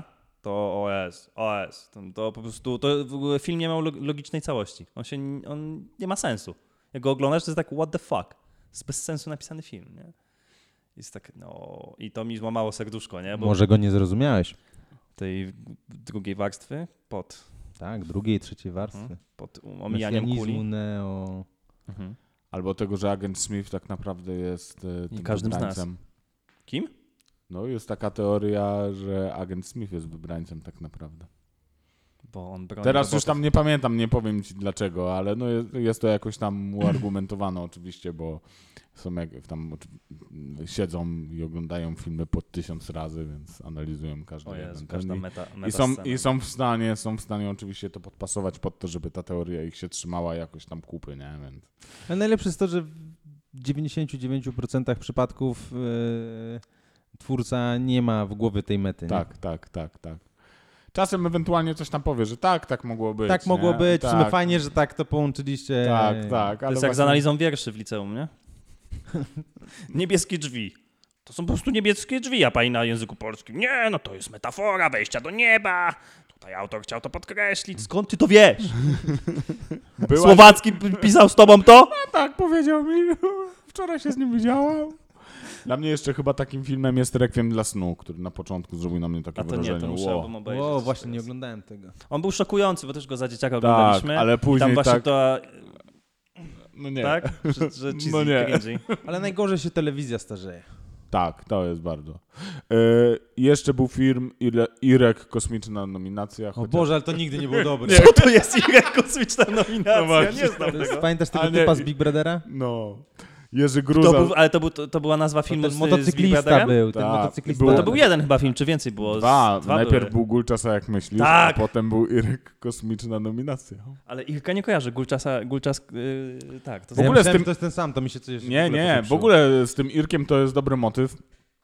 to O S, O S. To, to po prostu, to w ogóle film nie miał log- logicznej całości. On się, on nie ma sensu. Jak go oglądasz, to jest tak what the fuck. To jest bez sensu napisany film, nie? Jest tak, no i to mi złamało serduszko, nie? Bo Może go nie zrozumiałeś. tej drugiej warstwy pod, Tak, drugiej, trzeciej warstwy. mhm, pod omijaniem Mesjanizmu, kuli. neo... Mhm. Albo tego, że agent Smith tak naprawdę jest e, tym każdym z nas. wybrańcem. Kim? No jest taka teoria, że agent Smith jest wybrańcem tak naprawdę. Bo on broni Teraz już robotów. tam nie pamiętam, nie powiem ci dlaczego, ale no jest, jest to jakoś tam uargumentowane oczywiście, bo są jak tam oczy- siedzą i oglądają filmy po tysiąc razy, więc analizują każdy O Jezu, jeden. każda I- meta, meta I są, scena. I są w stanie, są w stanie oczywiście to podpasować pod to, żeby ta teoria ich się trzymała jakoś tam kupy, nie? Więc Ale najlepsze jest to, że w dziewięćdziesięciu dziewięciu procentach przypadków yy, twórca nie ma w głowie tej mety. tak, tak, tak, tak. Czasem ewentualnie coś tam powie, że tak, tak mogło Nie? być. Tak mogło nie? być, w tak, sumie fajnie, że tak to połączyliście. Tak, tak. To Ale jest jak z właśnie- analizą wierszy w liceum, nie? Niebieskie drzwi. To są po prostu niebieskie drzwi, a pani na języku polskim. Nie, no to jest metafora wejścia do nieba. Tutaj autor chciał to podkreślić. Skąd ty to wiesz? Była- Słowacki p- pisał z tobą to? Tak, powiedział mi. Wczoraj się z nim widziałam. Dla mnie jeszcze chyba takim filmem jest Requiem dla snu, który na początku zrobił na mnie takie A to wrażenie. nie, to Wow. musiałbym obejrzeć. O, właśnie teraz. nie oglądałem tego. On był szokujący, bo też go za dzieciaka Tak, oglądaliśmy. ale I tam później właśnie tak, to, no nie. tak? Że, że cheesy, No nie. cringy. Ale najgorzej się telewizja starzeje. Tak, to jest bardzo. E, jeszcze był film Ile, Irek, kosmiczna nominacja. O chociaż- Boże, ale to nigdy nie było dobre. Co to jest Irek kosmiczna No nominacja? właśnie. nie znam To jest, tego. pamiętasz tego A nie, typa z i- Big Brothera? No. Jerzy To Gruza. był, ale to, był, to, to była nazwa To filmu ten z, z Big motocyklista Brotherem? był, ten Tak, motocyklista. było- No to był jeden chyba film, czy więcej było? Z- Dwa. Najpierw były. był Gulczasa, jak myślisz, Tak. a potem był Irek, kosmiczna nominacja. Ale Irka nie kojarzę, Gulczasa, Gulczas, yy, tak. To W ogóle ja myślałem, z tym- że to jest ten sam, to mi się coś Nie, w ogóle nie, w popieprzyło. ogóle z tym Irkiem to jest dobry motyw,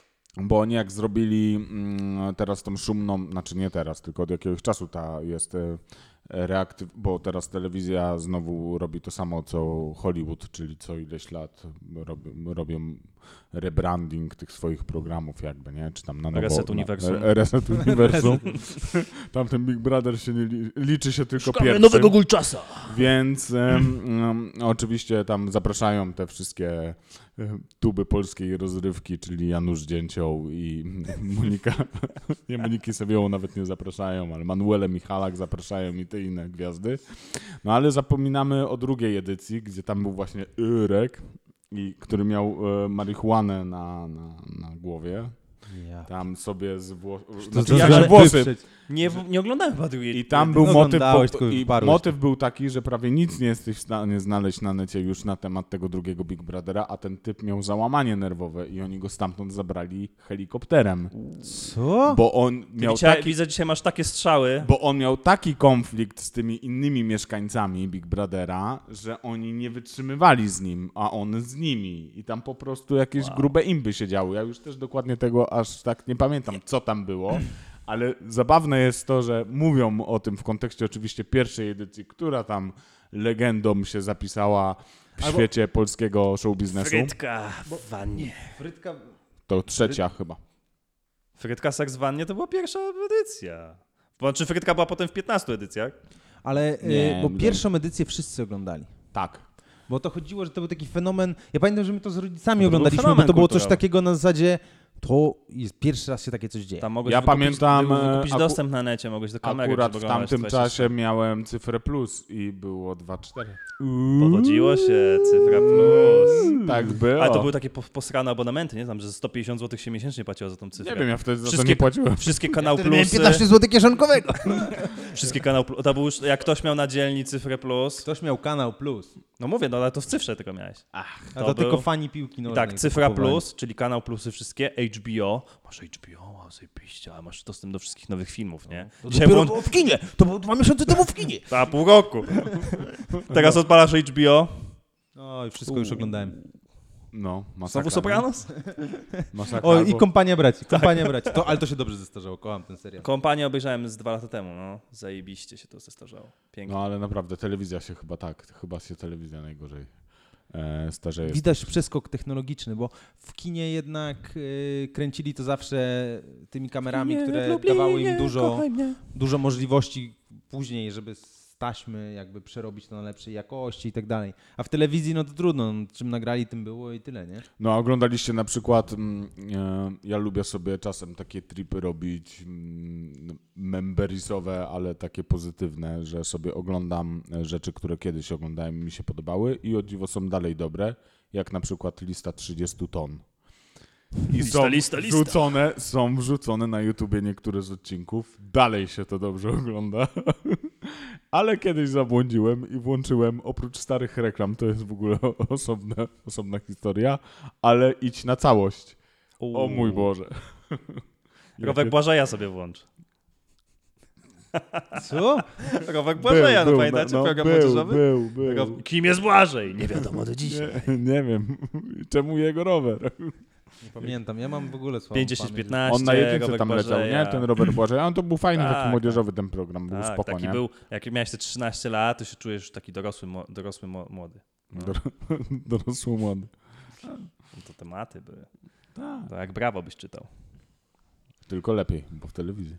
bo oni jak zrobili mm, teraz tą szumną, znaczy nie teraz, tylko od jakiegoś czasu ta jest e, reaktyw, bo teraz telewizja znowu robi to samo co Hollywood, czyli co ileś lat robią, robią rebranding tych swoich programów jakby, nie? Czy tam na nowo... Reset na- Uniwersum. e, Reset Uniwersum. Tamten Big Brother się nie li, liczy się tylko Szukamy pierwszy. nowego Gulczasa. Więc em, em, oczywiście tam zapraszają te wszystkie em, tuby polskiej rozrywki, czyli Janusz Dzięcioł i Monika. Nie, Moniki Sewiołą nawet nie zapraszają, ale Manuele Michalak zapraszają i te inne gwiazdy. No ale zapominamy o drugiej edycji, gdzie tam był właśnie Yrek, i, który miał e, marihuanę na, na, na głowie. Ja. Tam sobie z włos... To Znaczy, ja- znaczy ale- włosy. Nie, nie oglądałem chyba drugiej. I tam No był motyw, oglądałeś, po, tylko i wyparłeś motyw był taki, że prawie nic nie jesteś w stanie znaleźć na necie już na temat tego drugiego Big Brothera, a ten typ miał załamanie nerwowe i oni go stamtąd zabrali helikopterem, Co? bo on miał Dzisiaj, taki, Widzę, dzisiaj masz takie strzały. bo on miał taki konflikt z tymi innymi mieszkańcami Big Brothera, że oni nie wytrzymywali z nim, a on z nimi i tam po prostu jakieś Wow. grube imby się działy. Ja już też dokładnie tego aż tak nie pamiętam, co tam było. Ale zabawne jest to, że mówią o tym w kontekście oczywiście pierwszej edycji, która tam legendą się zapisała w Albo- świecie polskiego show biznesu. Frytka w wannie. Frytka... To trzecia chyba. Frytka Seks w wannie to była pierwsza edycja. Znaczy Frytka była potem w piętnastu edycjach. Ale Nie, y, bo nie. pierwszą edycję wszyscy oglądali. Tak. Bo to chodziło, że to był taki fenomen. Ja pamiętam, że my to z rodzicami To był oglądaliśmy, bo fenomen to było coś kulturowy. takiego na zasadzie. To jest pierwszy raz się takie coś dzieje. Tam mogłeś Ja wykupić, pamiętam, wy- wykupić aku- dostęp na necie, mogłeś do kamery. Akurat żeby w oglądać tamtym dwadzieścia czasie miałem cyfrę plus i było dwa cztery. Powodziło się, cyfra plus. Tak było. Ale to były takie po- posrane abonamenty, nie? Tam, że sto pięćdziesiąt złotych się miesięcznie płaciło za tą cyfrę. Nie wiem, ja wtedy za to Wszystkie- nie płaciłem. Wszystkie kanał Wtedy miałem plusy, piętnaście złotych kieszonkowego. wszystkie kanał plus, to był już, jak ktoś miał na dzielni cyfrę plus, Ktoś miał kanał plus. no mówię, no ale to w cyfrze tylko miałeś. A To to, był- tylko fani piłki I nożnej. tak, to cyfra kupowali. plus, czyli kanał plusy wszystkie, H B O, masz H B O, a zajebiście, a masz dostęp do wszystkich nowych filmów, nie? To Dzisiaj dopiero włącz... było w kinie. To było dwa miesiące temu w kinie. A pół roku. Teraz odpalasz H B O. O, i wszystko już oglądałem. No, masakra. Znowu Sopranos? Masakra, O, i albo- kompania braci. Kompania braci. To, ale to się dobrze zestarzało. Kocham ten serial. Kompanię obejrzałem z dwa lata temu, no. Zajebiście się to zestarzało. Pięknie. No ale naprawdę telewizja się chyba tak, chyba się telewizja najgorzej e, starzeje. Widać przeskok technologiczny, bo w kinie jednak y, kręcili to zawsze tymi kamerami, które dawały im dużo, dużo możliwości później, żeby z taśmy jakby przerobić to na lepszej jakości i tak dalej. A w telewizji no to trudno, no, czym nagrali tym było i tyle, nie? No a oglądaliście na przykład, mm, e, ja lubię sobie czasem takie tripy robić mm, memberisowe, ale takie pozytywne, że sobie oglądam e, rzeczy, które kiedyś oglądałem i mi się podobały i o dziwo są dalej dobre, jak na przykład lista trzydziestu ton. I Lista, są lista, lista. wrzucone, są wrzucone na YouTubie niektóre z odcinków. Dalej się to dobrze ogląda. Ale kiedyś zabłądziłem i włączyłem, oprócz starych reklam, to jest w ogóle osobna, osobna historia, ale idź na całość. O mój Boże. Rowek Błażeja sobie włącz. Co? Rowek Błażeja, no był, pamiętacie no, program był, młodzieżowy? Był, był. Row- Kim jest Błażej? Nie wiadomo do dzisiaj. Nie, nie wiem. Czemu jego rower? Nie pamiętam, ja mam w ogóle słabą pięć, dziesięć, pamięć. piętnaście, On na jedynce Rowek tam leciał, Błażeja. nie? Ten Robert Błażej. A on to był fajny, Tak, taki młodzieżowy ten program, był Tak, spoko, taki nie? był, jak miałeś te trzynaście lat, to się czujesz już taki dorosły, mo- dorosły mo- młody. No. Dor- Dorosły młody. No to tematy były. Tak. To jak Brawo byś czytał. Tylko lepiej, bo w telewizji.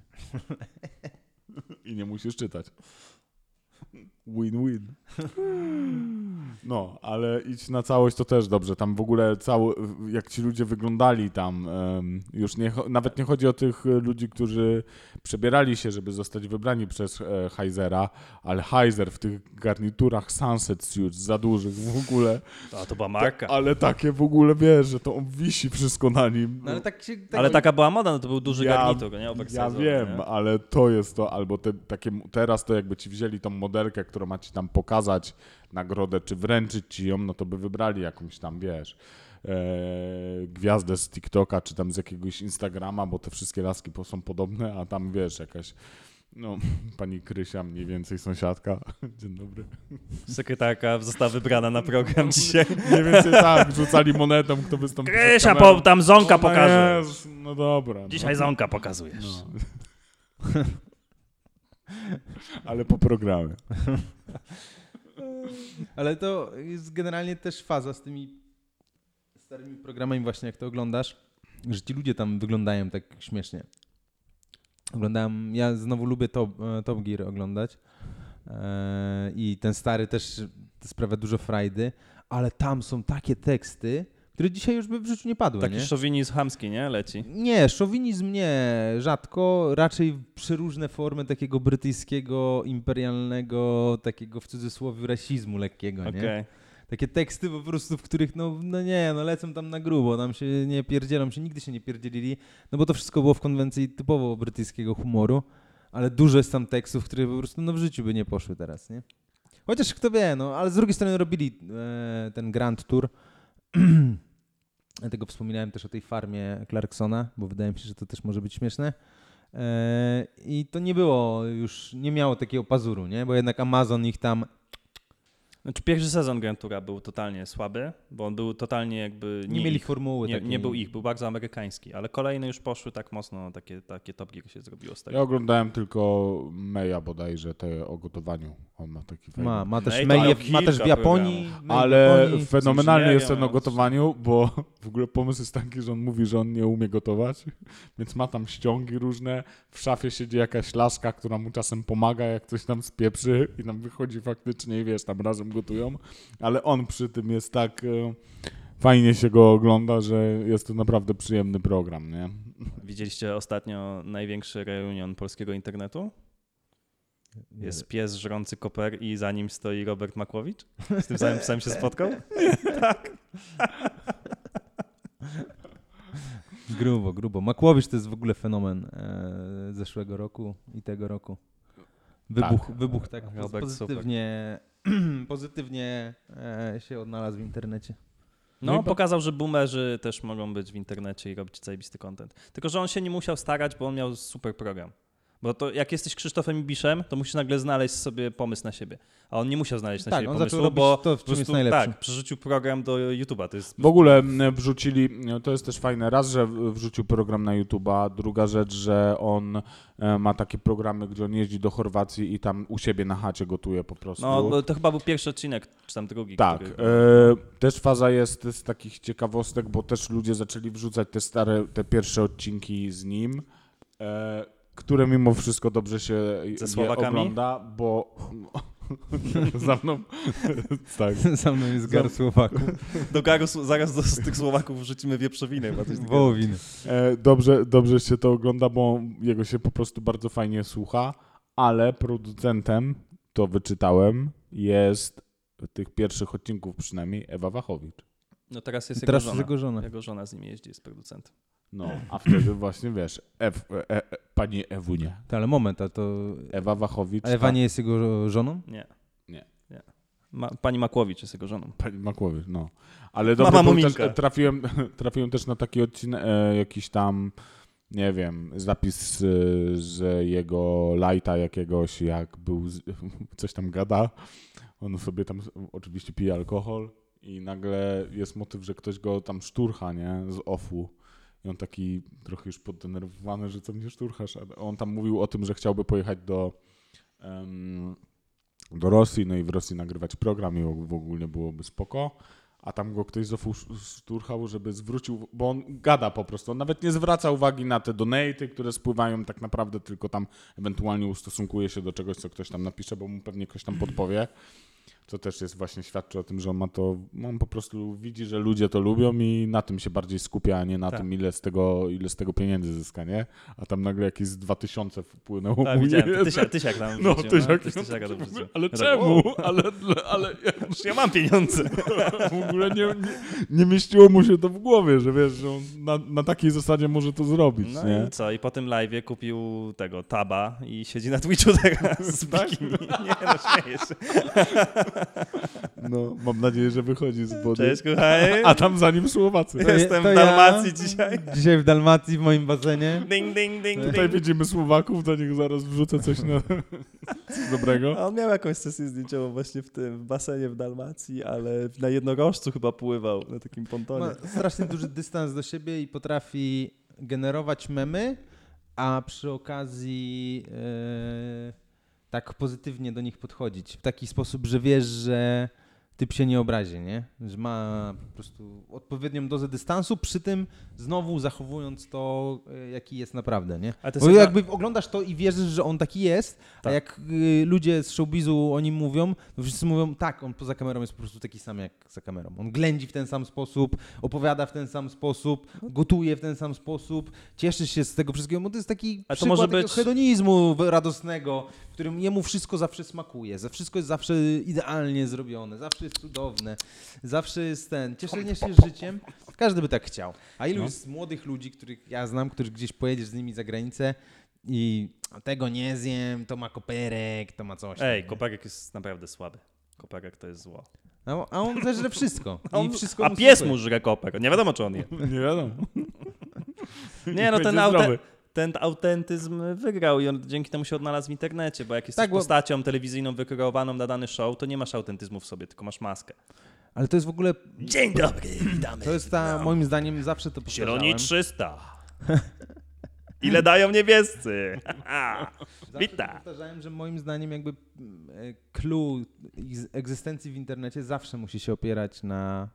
I nie musisz czytać. Win-win. No, ale idź na całość to też dobrze. Tam w ogóle cały, jak ci ludzie wyglądali tam, um, już nie, nawet nie chodzi o tych ludzi, którzy przebierali się, żeby zostać wybrani przez e, Heizera, ale Heizer w tych garniturach Sunset Suits za dużych w ogóle. A to była marka. To, ale takie w ogóle, wiesz, że to on wisi wszystko na nim. No, ale tak się, tak Ale taka była moda, no to był duży Ja- garnitur, nie? Ja Oversize'owy, wiem, nie? ale to jest to, albo te, takie, teraz to jakby ci wzięli tą modelkę, która ma ci tam pokazać nagrodę, czy wręczyć ci ją, no to by wybrali jakąś tam, wiesz, e, gwiazdę z TikToka, czy tam z jakiegoś Instagrama, bo te wszystkie laski po- są podobne, a tam, wiesz, jakaś, no, pani Krysia, mniej więcej sąsiadka. Dzień dobry. Sekretarka została wybrana na program dzisiaj. Mniej więcej tak, rzucali monetą, kto wystąpi przed Krysia, kamerą. po, tam Zonka O, pokaże. Jezus, no dobra. Dzisiaj no. Zonka pokazujesz. No. Ale po programie. Ale to jest generalnie też faza z tymi starymi programami właśnie, jak to oglądasz, że ci ludzie tam wyglądają tak śmiesznie. Oglądałem, ja znowu lubię Top, e, Top Gear oglądać e, i ten stary też sprawia dużo frajdy, ale tam są takie teksty, które dzisiaj już by w życiu nie padły, Taki nie? szowinizm chamski, nie? Leci. Nie, szowinizm nie, rzadko, raczej przeróżne formy takiego brytyjskiego, imperialnego, takiego w cudzysłowie rasizmu lekkiego, nie? Okej. Takie teksty po prostu, w których no, no nie, no lecą tam na grubo, tam się nie pierdzielą, się nigdy się nie pierdzielili, no bo to wszystko było w konwencji typowo brytyjskiego humoru, ale dużo jest tam tekstów, które po prostu no w życiu by nie poszły teraz, nie? Chociaż kto wie, no, ale z drugiej strony robili e, ten Grand Tour. Dlatego wspominałem też o tej farmie Clarksona, bo wydaje mi się, że to też może być śmieszne. E, I to nie było już, nie miało takiego pazuru, nie? Bo jednak Amazon ich tam... Znaczy pierwszy sezon Grand Toura był totalnie słaby, bo on był totalnie jakby Nie, nie, mieli ich. formuły Nie, takiej. nie był ich, był bardzo amerykański, ale kolejne już poszły tak mocno, takie, takie Top Gear się zrobiło z tego. Ja oglądałem tylko Meja bodajże, te o gotowaniu. On ma taki fajny. Ma, ma też, No i mail, tam ma też w kilka Japonii. programów. mail w Ale Japonii. fenomenalny z jest ten o inżynierią, gotowaniu, bo w ogóle pomysł jest taki, że on mówi, że on nie umie gotować, więc ma tam ściągi różne, w szafie siedzi jakaś laska, która mu czasem pomaga, jak coś tam spieprzy i tam wychodzi faktycznie i wiesz, tam razem gotują, ale on przy tym jest tak, e, fajnie się go ogląda, że jest to naprawdę przyjemny program, nie? Widzieliście ostatnio największy reunion polskiego internetu? Jest pies żrący koper i za nim stoi Robert Makłowicz? Z tym samym psem się spotkał? Tak. Grubo, grubo. Makłowicz to jest w ogóle fenomen e, zeszłego roku i tego roku. Wybuch tak, wybuch tak Robert pozytywnie, pozytywnie e, się odnalazł w internecie. No, No i ba- pokazał, że boomerzy też mogą być w internecie i robić zajebisty content. Tylko, że on się nie musiał starać, bo on miał super program. Bo to jak jesteś Krzysztofem Ibiszem, to musisz nagle znaleźć sobie pomysł na siebie. A on nie musiał znaleźć na Tak, siebie on pomysłu, zaczął robić bo to, w po czym jest prostu, najlepszy. tak, przerzucił program do YouTube'a. To jest W ogóle m, wrzucili, to jest też fajne, raz, że w- wrzucił program na YouTube'a, druga rzecz, że on e, ma takie programy, gdzie on jeździ do Chorwacji i tam u siebie na chacie gotuje po prostu. No, bo to chyba był pierwszy odcinek, czy tam drugi. Tak, który... e, też faza jest z takich ciekawostek, bo też ludzie zaczęli wrzucać te stare, te pierwsze odcinki z nim, e, które mimo wszystko dobrze się Ze je Słowakami? ogląda, bo za mną, tak, Za mną jest gar Słowaków. Do garu, zaraz do z tych Słowaków wrzucimy wieprzowinę. Bo to jest Wołowiny. e, dobrze, dobrze się to ogląda, bo jego się po prostu bardzo fajnie słucha, ale producentem, to wyczytałem, jest tych pierwszych odcinków przynajmniej Ewa Wachowicz. No teraz jest Teraz jego jest żona. jego żona. Jego żona z nim jeździ, jest producentem. No, a wtedy właśnie wiesz, Ew, e, e, pani Ewunie. To, ale moment, a to... Ewa Wachowicz. A Ewa ta- nie jest jego żoną? Nie. Nie. nie. Ma, pani Makłowicz jest jego żoną. Pani Makłowicz, no. Ale Mama dobrze, bo też, Muminka. e, trafiłem, trafiłem też na taki odcinek, e, jakiś tam, nie wiem, zapis e, z jego lajta jakiegoś, jak był, z, coś tam gada. On sobie tam s- oczywiście pije alkohol i nagle jest motyw, że ktoś go tam szturcha, nie, z offu. I on taki trochę już poddenerwowany, że co mnie szturchasz. A on tam mówił o tym, że chciałby pojechać do, em, do Rosji, no i w Rosji nagrywać program i w ogóle byłoby spoko. A tam go ktoś z offu sz- szturchał, żeby zwrócił, bo on gada po prostu. On nawet nie zwraca uwagi na te donaty, które spływają tak naprawdę, tylko tam ewentualnie ustosunkuje się do czegoś, co ktoś tam napisze, bo mu pewnie ktoś tam podpowie. To też jest właśnie świadczy o tym, że on ma to, on po prostu widzi, że ludzie to lubią i na tym się bardziej skupia, a nie na Tak. tym, ile z tego, ile z tego pieniędzy zyska, nie? A tam nagle jakieś z dwa tysiące wpłynęło. Tak, mu, widziałem. nie? Tysiak, tysiak tam No, wrzucił, tysiak. No, tysiaka to wrzucił. Ale Tak, czemu? o, Ale, ale Przecież ja mam pieniądze. w ogóle nie, nie, nie mieściło mu się to w głowie, że wiesz, że on na, na takiej zasadzie może to zrobić, No nie? i co? I po tym live'ie kupił tego Taba i siedzi na Twitchu teraz z Tak? bikini. Nie no, śmieję się. No, mam nadzieję, że wychodzi z wody. Cześć, kochani. A tam za nim Słowacy. To je- Jestem to w Dalmacji dzisiaj. Dzisiaj w Dalmacji, w moim basenie. Ding, ding, ding, Tutaj ding. widzimy Słowaków, do nich zaraz wrzucę coś na coś dobrego. A on miał jakąś sesję zdjęciową właśnie w tym w basenie w Dalmacji, ale na jednorożcu chyba pływał, na takim pontonie. Ma strasznie duży dystans do siebie i potrafi generować memy, a przy okazji e, tak pozytywnie do nich podchodzić. W taki sposób, że wiesz, że typ się nie obrazi, nie? Że ma po prostu odpowiednią dozę dystansu, przy tym znowu zachowując to, e, jaki jest naprawdę, nie? Ale to Bo jest jakby oglądasz to i wierzysz, że on taki jest, a Tak. jak y, ludzie z showbizu o nim mówią, to wszyscy mówią, tak, on poza kamerą jest po prostu taki sam jak za kamerą. On ględzi w ten sam sposób, opowiada w ten sam sposób, gotuje w ten sam sposób, cieszy się z tego wszystkiego, bo to jest taki A to przykład może takiego być- hedonizmu radosnego, w którym jemu wszystko zawsze smakuje, za wszystko jest zawsze idealnie zrobione, zawsze jest cudowne, zawsze jest ten, cieszenie się życiem. Każdy by tak chciał. A ilu No. jest młodych ludzi, których ja znam, których gdzieś pojedziesz z nimi za granicę i tego nie zjem, to ma koperek, to ma coś. tam, Ej, nie? koperek jest naprawdę słaby. Koperek to jest zło. A, a on zeżre wszystko. A, on, I wszystko a mu pies smakuje. mu żre koperek. Nie wiadomo, czy on je. Nie wiadomo. Nie, no ten, Będzie aute, zdrowy. ten autentyzm wygrał i on dzięki temu się odnalazł w internecie, bo jak jesteś Tak, bo- postacią telewizyjną wykreowaną na dany show, to nie masz autentyzmu w sobie, tylko masz maskę. Ale to jest w ogóle, Dzień dobry, witamy. to jest ta, moim zdaniem, zawsze to Zieloni powtarzałem. trzysta. Ile dają niebiescy? Zawsze Witam. to powtarzałem, że moim zdaniem jakby mm, e, clue egz- egzystencji w internecie zawsze musi się opierać na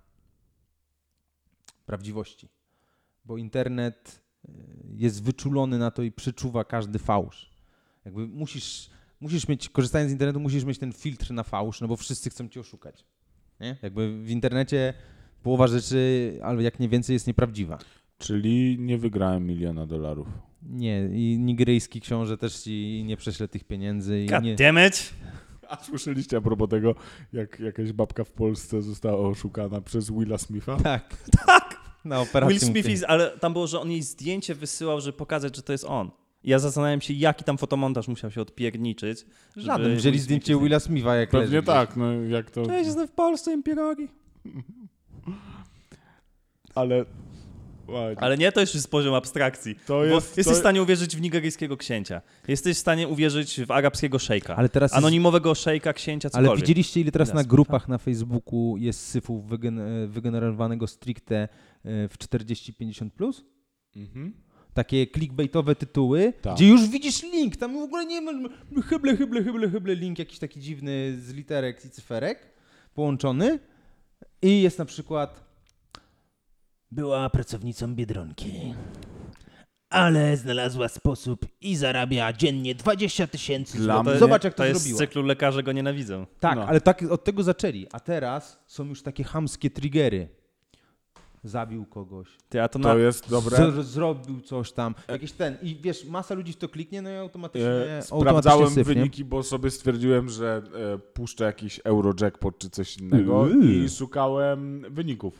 prawdziwości. Bo internet e, jest wyczulony na to i przeczuwa każdy fałsz. Jakby musisz, musisz mieć, korzystając z internetu, musisz mieć ten filtr na fałsz, no bo wszyscy chcą cię oszukać. Nie? Jakby w internecie połowa rzeczy, albo jak nie więcej, jest nieprawdziwa. Czyli nie wygrałem miliona dolarów. Nie, i nigeryjski książę też ci nie prześle tych pieniędzy. I God nie... damn it. A słyszeliście a propos tego, jak jakaś babka w Polsce została oszukana przez Willa Smitha? Tak. Na operacji Will Smith, mógł- jest, ale tam było, że on jej zdjęcie wysyłał, żeby pokazać, że to jest on. I ja zastanawiam się, jaki tam fotomontaż musiał się odpierniczyć. żeby Żaden. Will Wzięli Smith zdjęcie jest- Willa Smitha, jak Pewnie leży tak, no jak to... Cześć, jestem w Polsce, jem pierogi. Ale Ładnie. Ale nie, to już jest poziom abstrakcji. To Bo jest, jesteś to... w stanie uwierzyć w nigeryjskiego księcia. Jesteś w stanie uwierzyć w arabskiego szejka. Ale teraz jest... Anonimowego szejka, księcia, cokolwiek. Ale widzieliście, ile teraz Jasne. na grupach na Facebooku jest syfu wygen- wygenerowanego stricte e, w czterdzieści pięćdziesiąt plus? Mhm. Takie clickbaitowe tytuły, Tak. gdzie już widzisz link, tam w ogóle nie ma hyble, hyble, hyble, hyble, link jakiś taki dziwny z literek i cyferek połączony i jest na przykład była pracownicą Biedronki, ale znalazła sposób i zarabia dziennie dwadzieścia tysięcy Dla złotych. mnie Zobacz, jak to, To jest z zrobiła. cyklu Lekarze go nienawidzą. Tak, No. ale tak od tego zaczęli, a teraz są już takie chamskie triggery. Zabił kogoś, Ty, a to na... To jest dobre. z- zrobił coś tam, jakiś ten i wiesz, masa ludzi w to kliknie, no i automatycznie, E, automatycznie sprawdzałem syf, nie? wyniki, bo sobie stwierdziłem, że e, puszczę jakiś Eurojackpot czy coś innego Uuu. i szukałem wyników.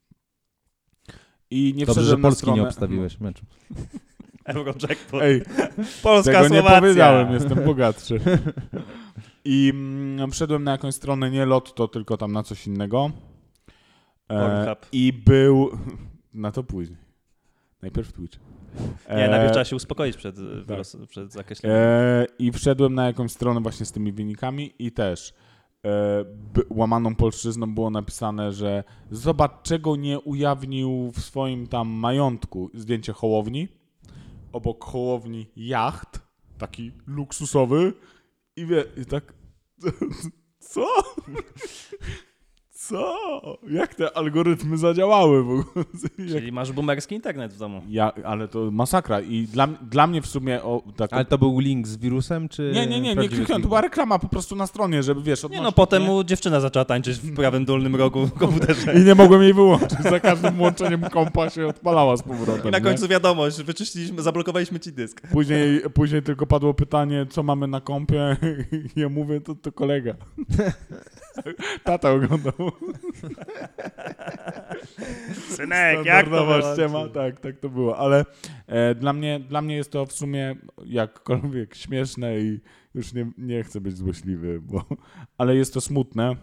I nie Dobrze, że wszedłem na Polski stronę... nie obstawiłeś meczu. Eurojackpot. Ej, Polska, tego nie Słowacja. powiedziałem, jestem bogatszy. I mm, wszedłem na jakąś stronę, nie Lotto, tylko tam na coś innego. E, Pornhub. I był... Na to później. Najpierw Twitch. Nie, najpierw E, trzeba się uspokoić przed, wylos- przed zakreśleniem. E, I wszedłem na jakąś stronę właśnie z tymi wynikami i też e, by, łamaną polszczyzną było napisane, że zobacz, czego nie ujawnił w swoim tam majątku. Zdjęcie Hołowni. Obok Hołowni jacht, taki luksusowy i wie, i tak co? Co? Jak te algorytmy zadziałały w ogóle? Jak... Czyli masz boomerski internet w domu. Ja, ale to masakra i dla, dla mnie w sumie o, tak, Ale to był link z wirusem, czy Nie, nie, nie, nie prawdziwy kliknąłem, to klip? była reklama po prostu na stronie, żeby wiesz, Nie odnosić, no, potem nie? mu dziewczyna zaczęła tańczyć w prawym dolnym rogu komputerze. I nie mogłem jej wyłączyć, za każdym włączeniem kompa się odpalała z powrotem. I na nie? końcu wiadomość, wyczyściliśmy, zablokowaliśmy ci dysk. Później, później tylko padło pytanie, co mamy na kompie i ja mówię, to, to kolega. Tata oglądał. Synek, jak to Standardowa było? ściema, tak, tak to było, ale e, dla, mnie, dla mnie jest to w sumie jakkolwiek śmieszne i już nie, nie chcę być złośliwy, bo, ale jest to smutne,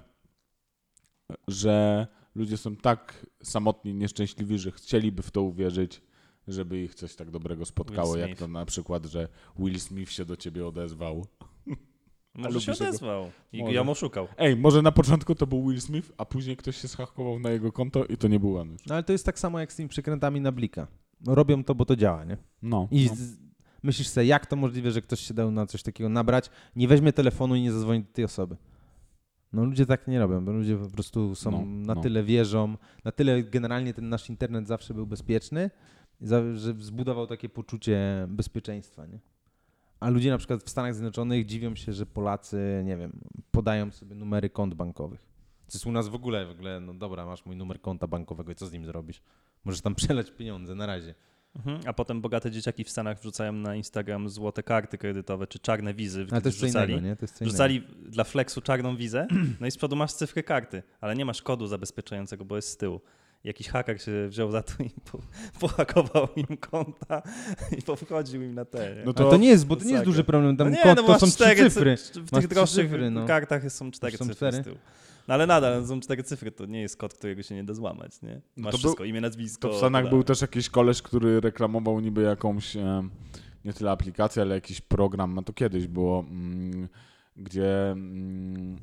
że ludzie są tak samotni, nieszczęśliwi, że chcieliby w to uwierzyć, żeby ich coś tak dobrego spotkało, Will jak Smith. to na przykład, że Will Smith się do ciebie odezwał. Może lubisz się jego- odezwał i Może. ją oszukał. Ej, może na początku to był Will Smith, a później ktoś się schakował na jego konto i to nie był on już. No ale to jest tak samo jak z tymi przekrętami na blika. Robią to, bo to działa, nie? No. I no. z, myślisz sobie, jak to możliwe, że ktoś się dał na coś takiego nabrać, nie weźmie telefonu i nie zadzwoni do tej osoby. No ludzie tak nie robią, bo ludzie po prostu są No, na no. tyle wierzą, na tyle generalnie ten nasz internet zawsze był bezpieczny, za, że zbudował takie poczucie bezpieczeństwa, nie? A ludzie na przykład w Stanach Zjednoczonych dziwią się, że Polacy, nie wiem, podają sobie numery kont bankowych. To jest u nas w ogóle, w ogóle, no dobra, masz mój numer konta bankowego i co z nim zrobisz? Możesz tam przelać pieniądze, na razie. Mhm. A potem bogate dzieciaki w Stanach wrzucają na Instagram złote karty kredytowe czy czarne wizy. Ale kiedy to jest co wrzucali. innego, nie? To jest co Wrzucali innego. dla flexu czarną wizę, no i z przodu masz cyfrę karty, ale nie masz kodu zabezpieczającego, bo jest z tyłu. Jakiś haker się wziął za to i po, pohakował im konta i powchodził im na te. Nie? No To, to nie jest, bo to nie jest masakra. duży problem, tam no nie, kod, no bo to masz są trzy cztery cyfry. cy- W Masz tych trzy droższych cyfry, no. kartach są cztery są cyfry cztery? z tyłu. No ale nadal są cztery cyfry, to nie jest kod, którego się nie da złamać, nie? Masz to wszystko, był- imię, nazwisko. To w Stanach tak był dalej. też jakiś koleś, który reklamował niby jakąś, e, nie tyle aplikację, ale jakiś program, no to kiedyś było, mm, gdzie mm,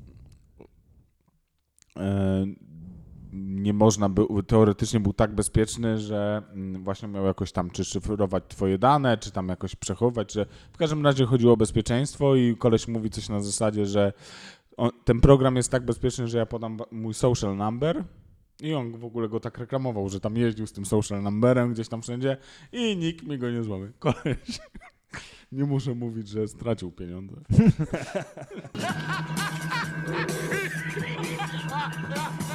e, nie można był, teoretycznie był tak bezpieczny, że mm, właśnie miał jakoś tam czy szyfrować twoje dane, czy tam jakoś przechowywać, że w każdym razie chodziło o bezpieczeństwo i koleś mówi coś na zasadzie, że on, ten program jest tak bezpieczny, że ja podam wa- mój social number i on w ogóle go tak reklamował, że tam jeździł z tym social numberem gdzieś tam wszędzie i nikt mi go nie złamie. Koleś, nie muszę mówić, że stracił pieniądze.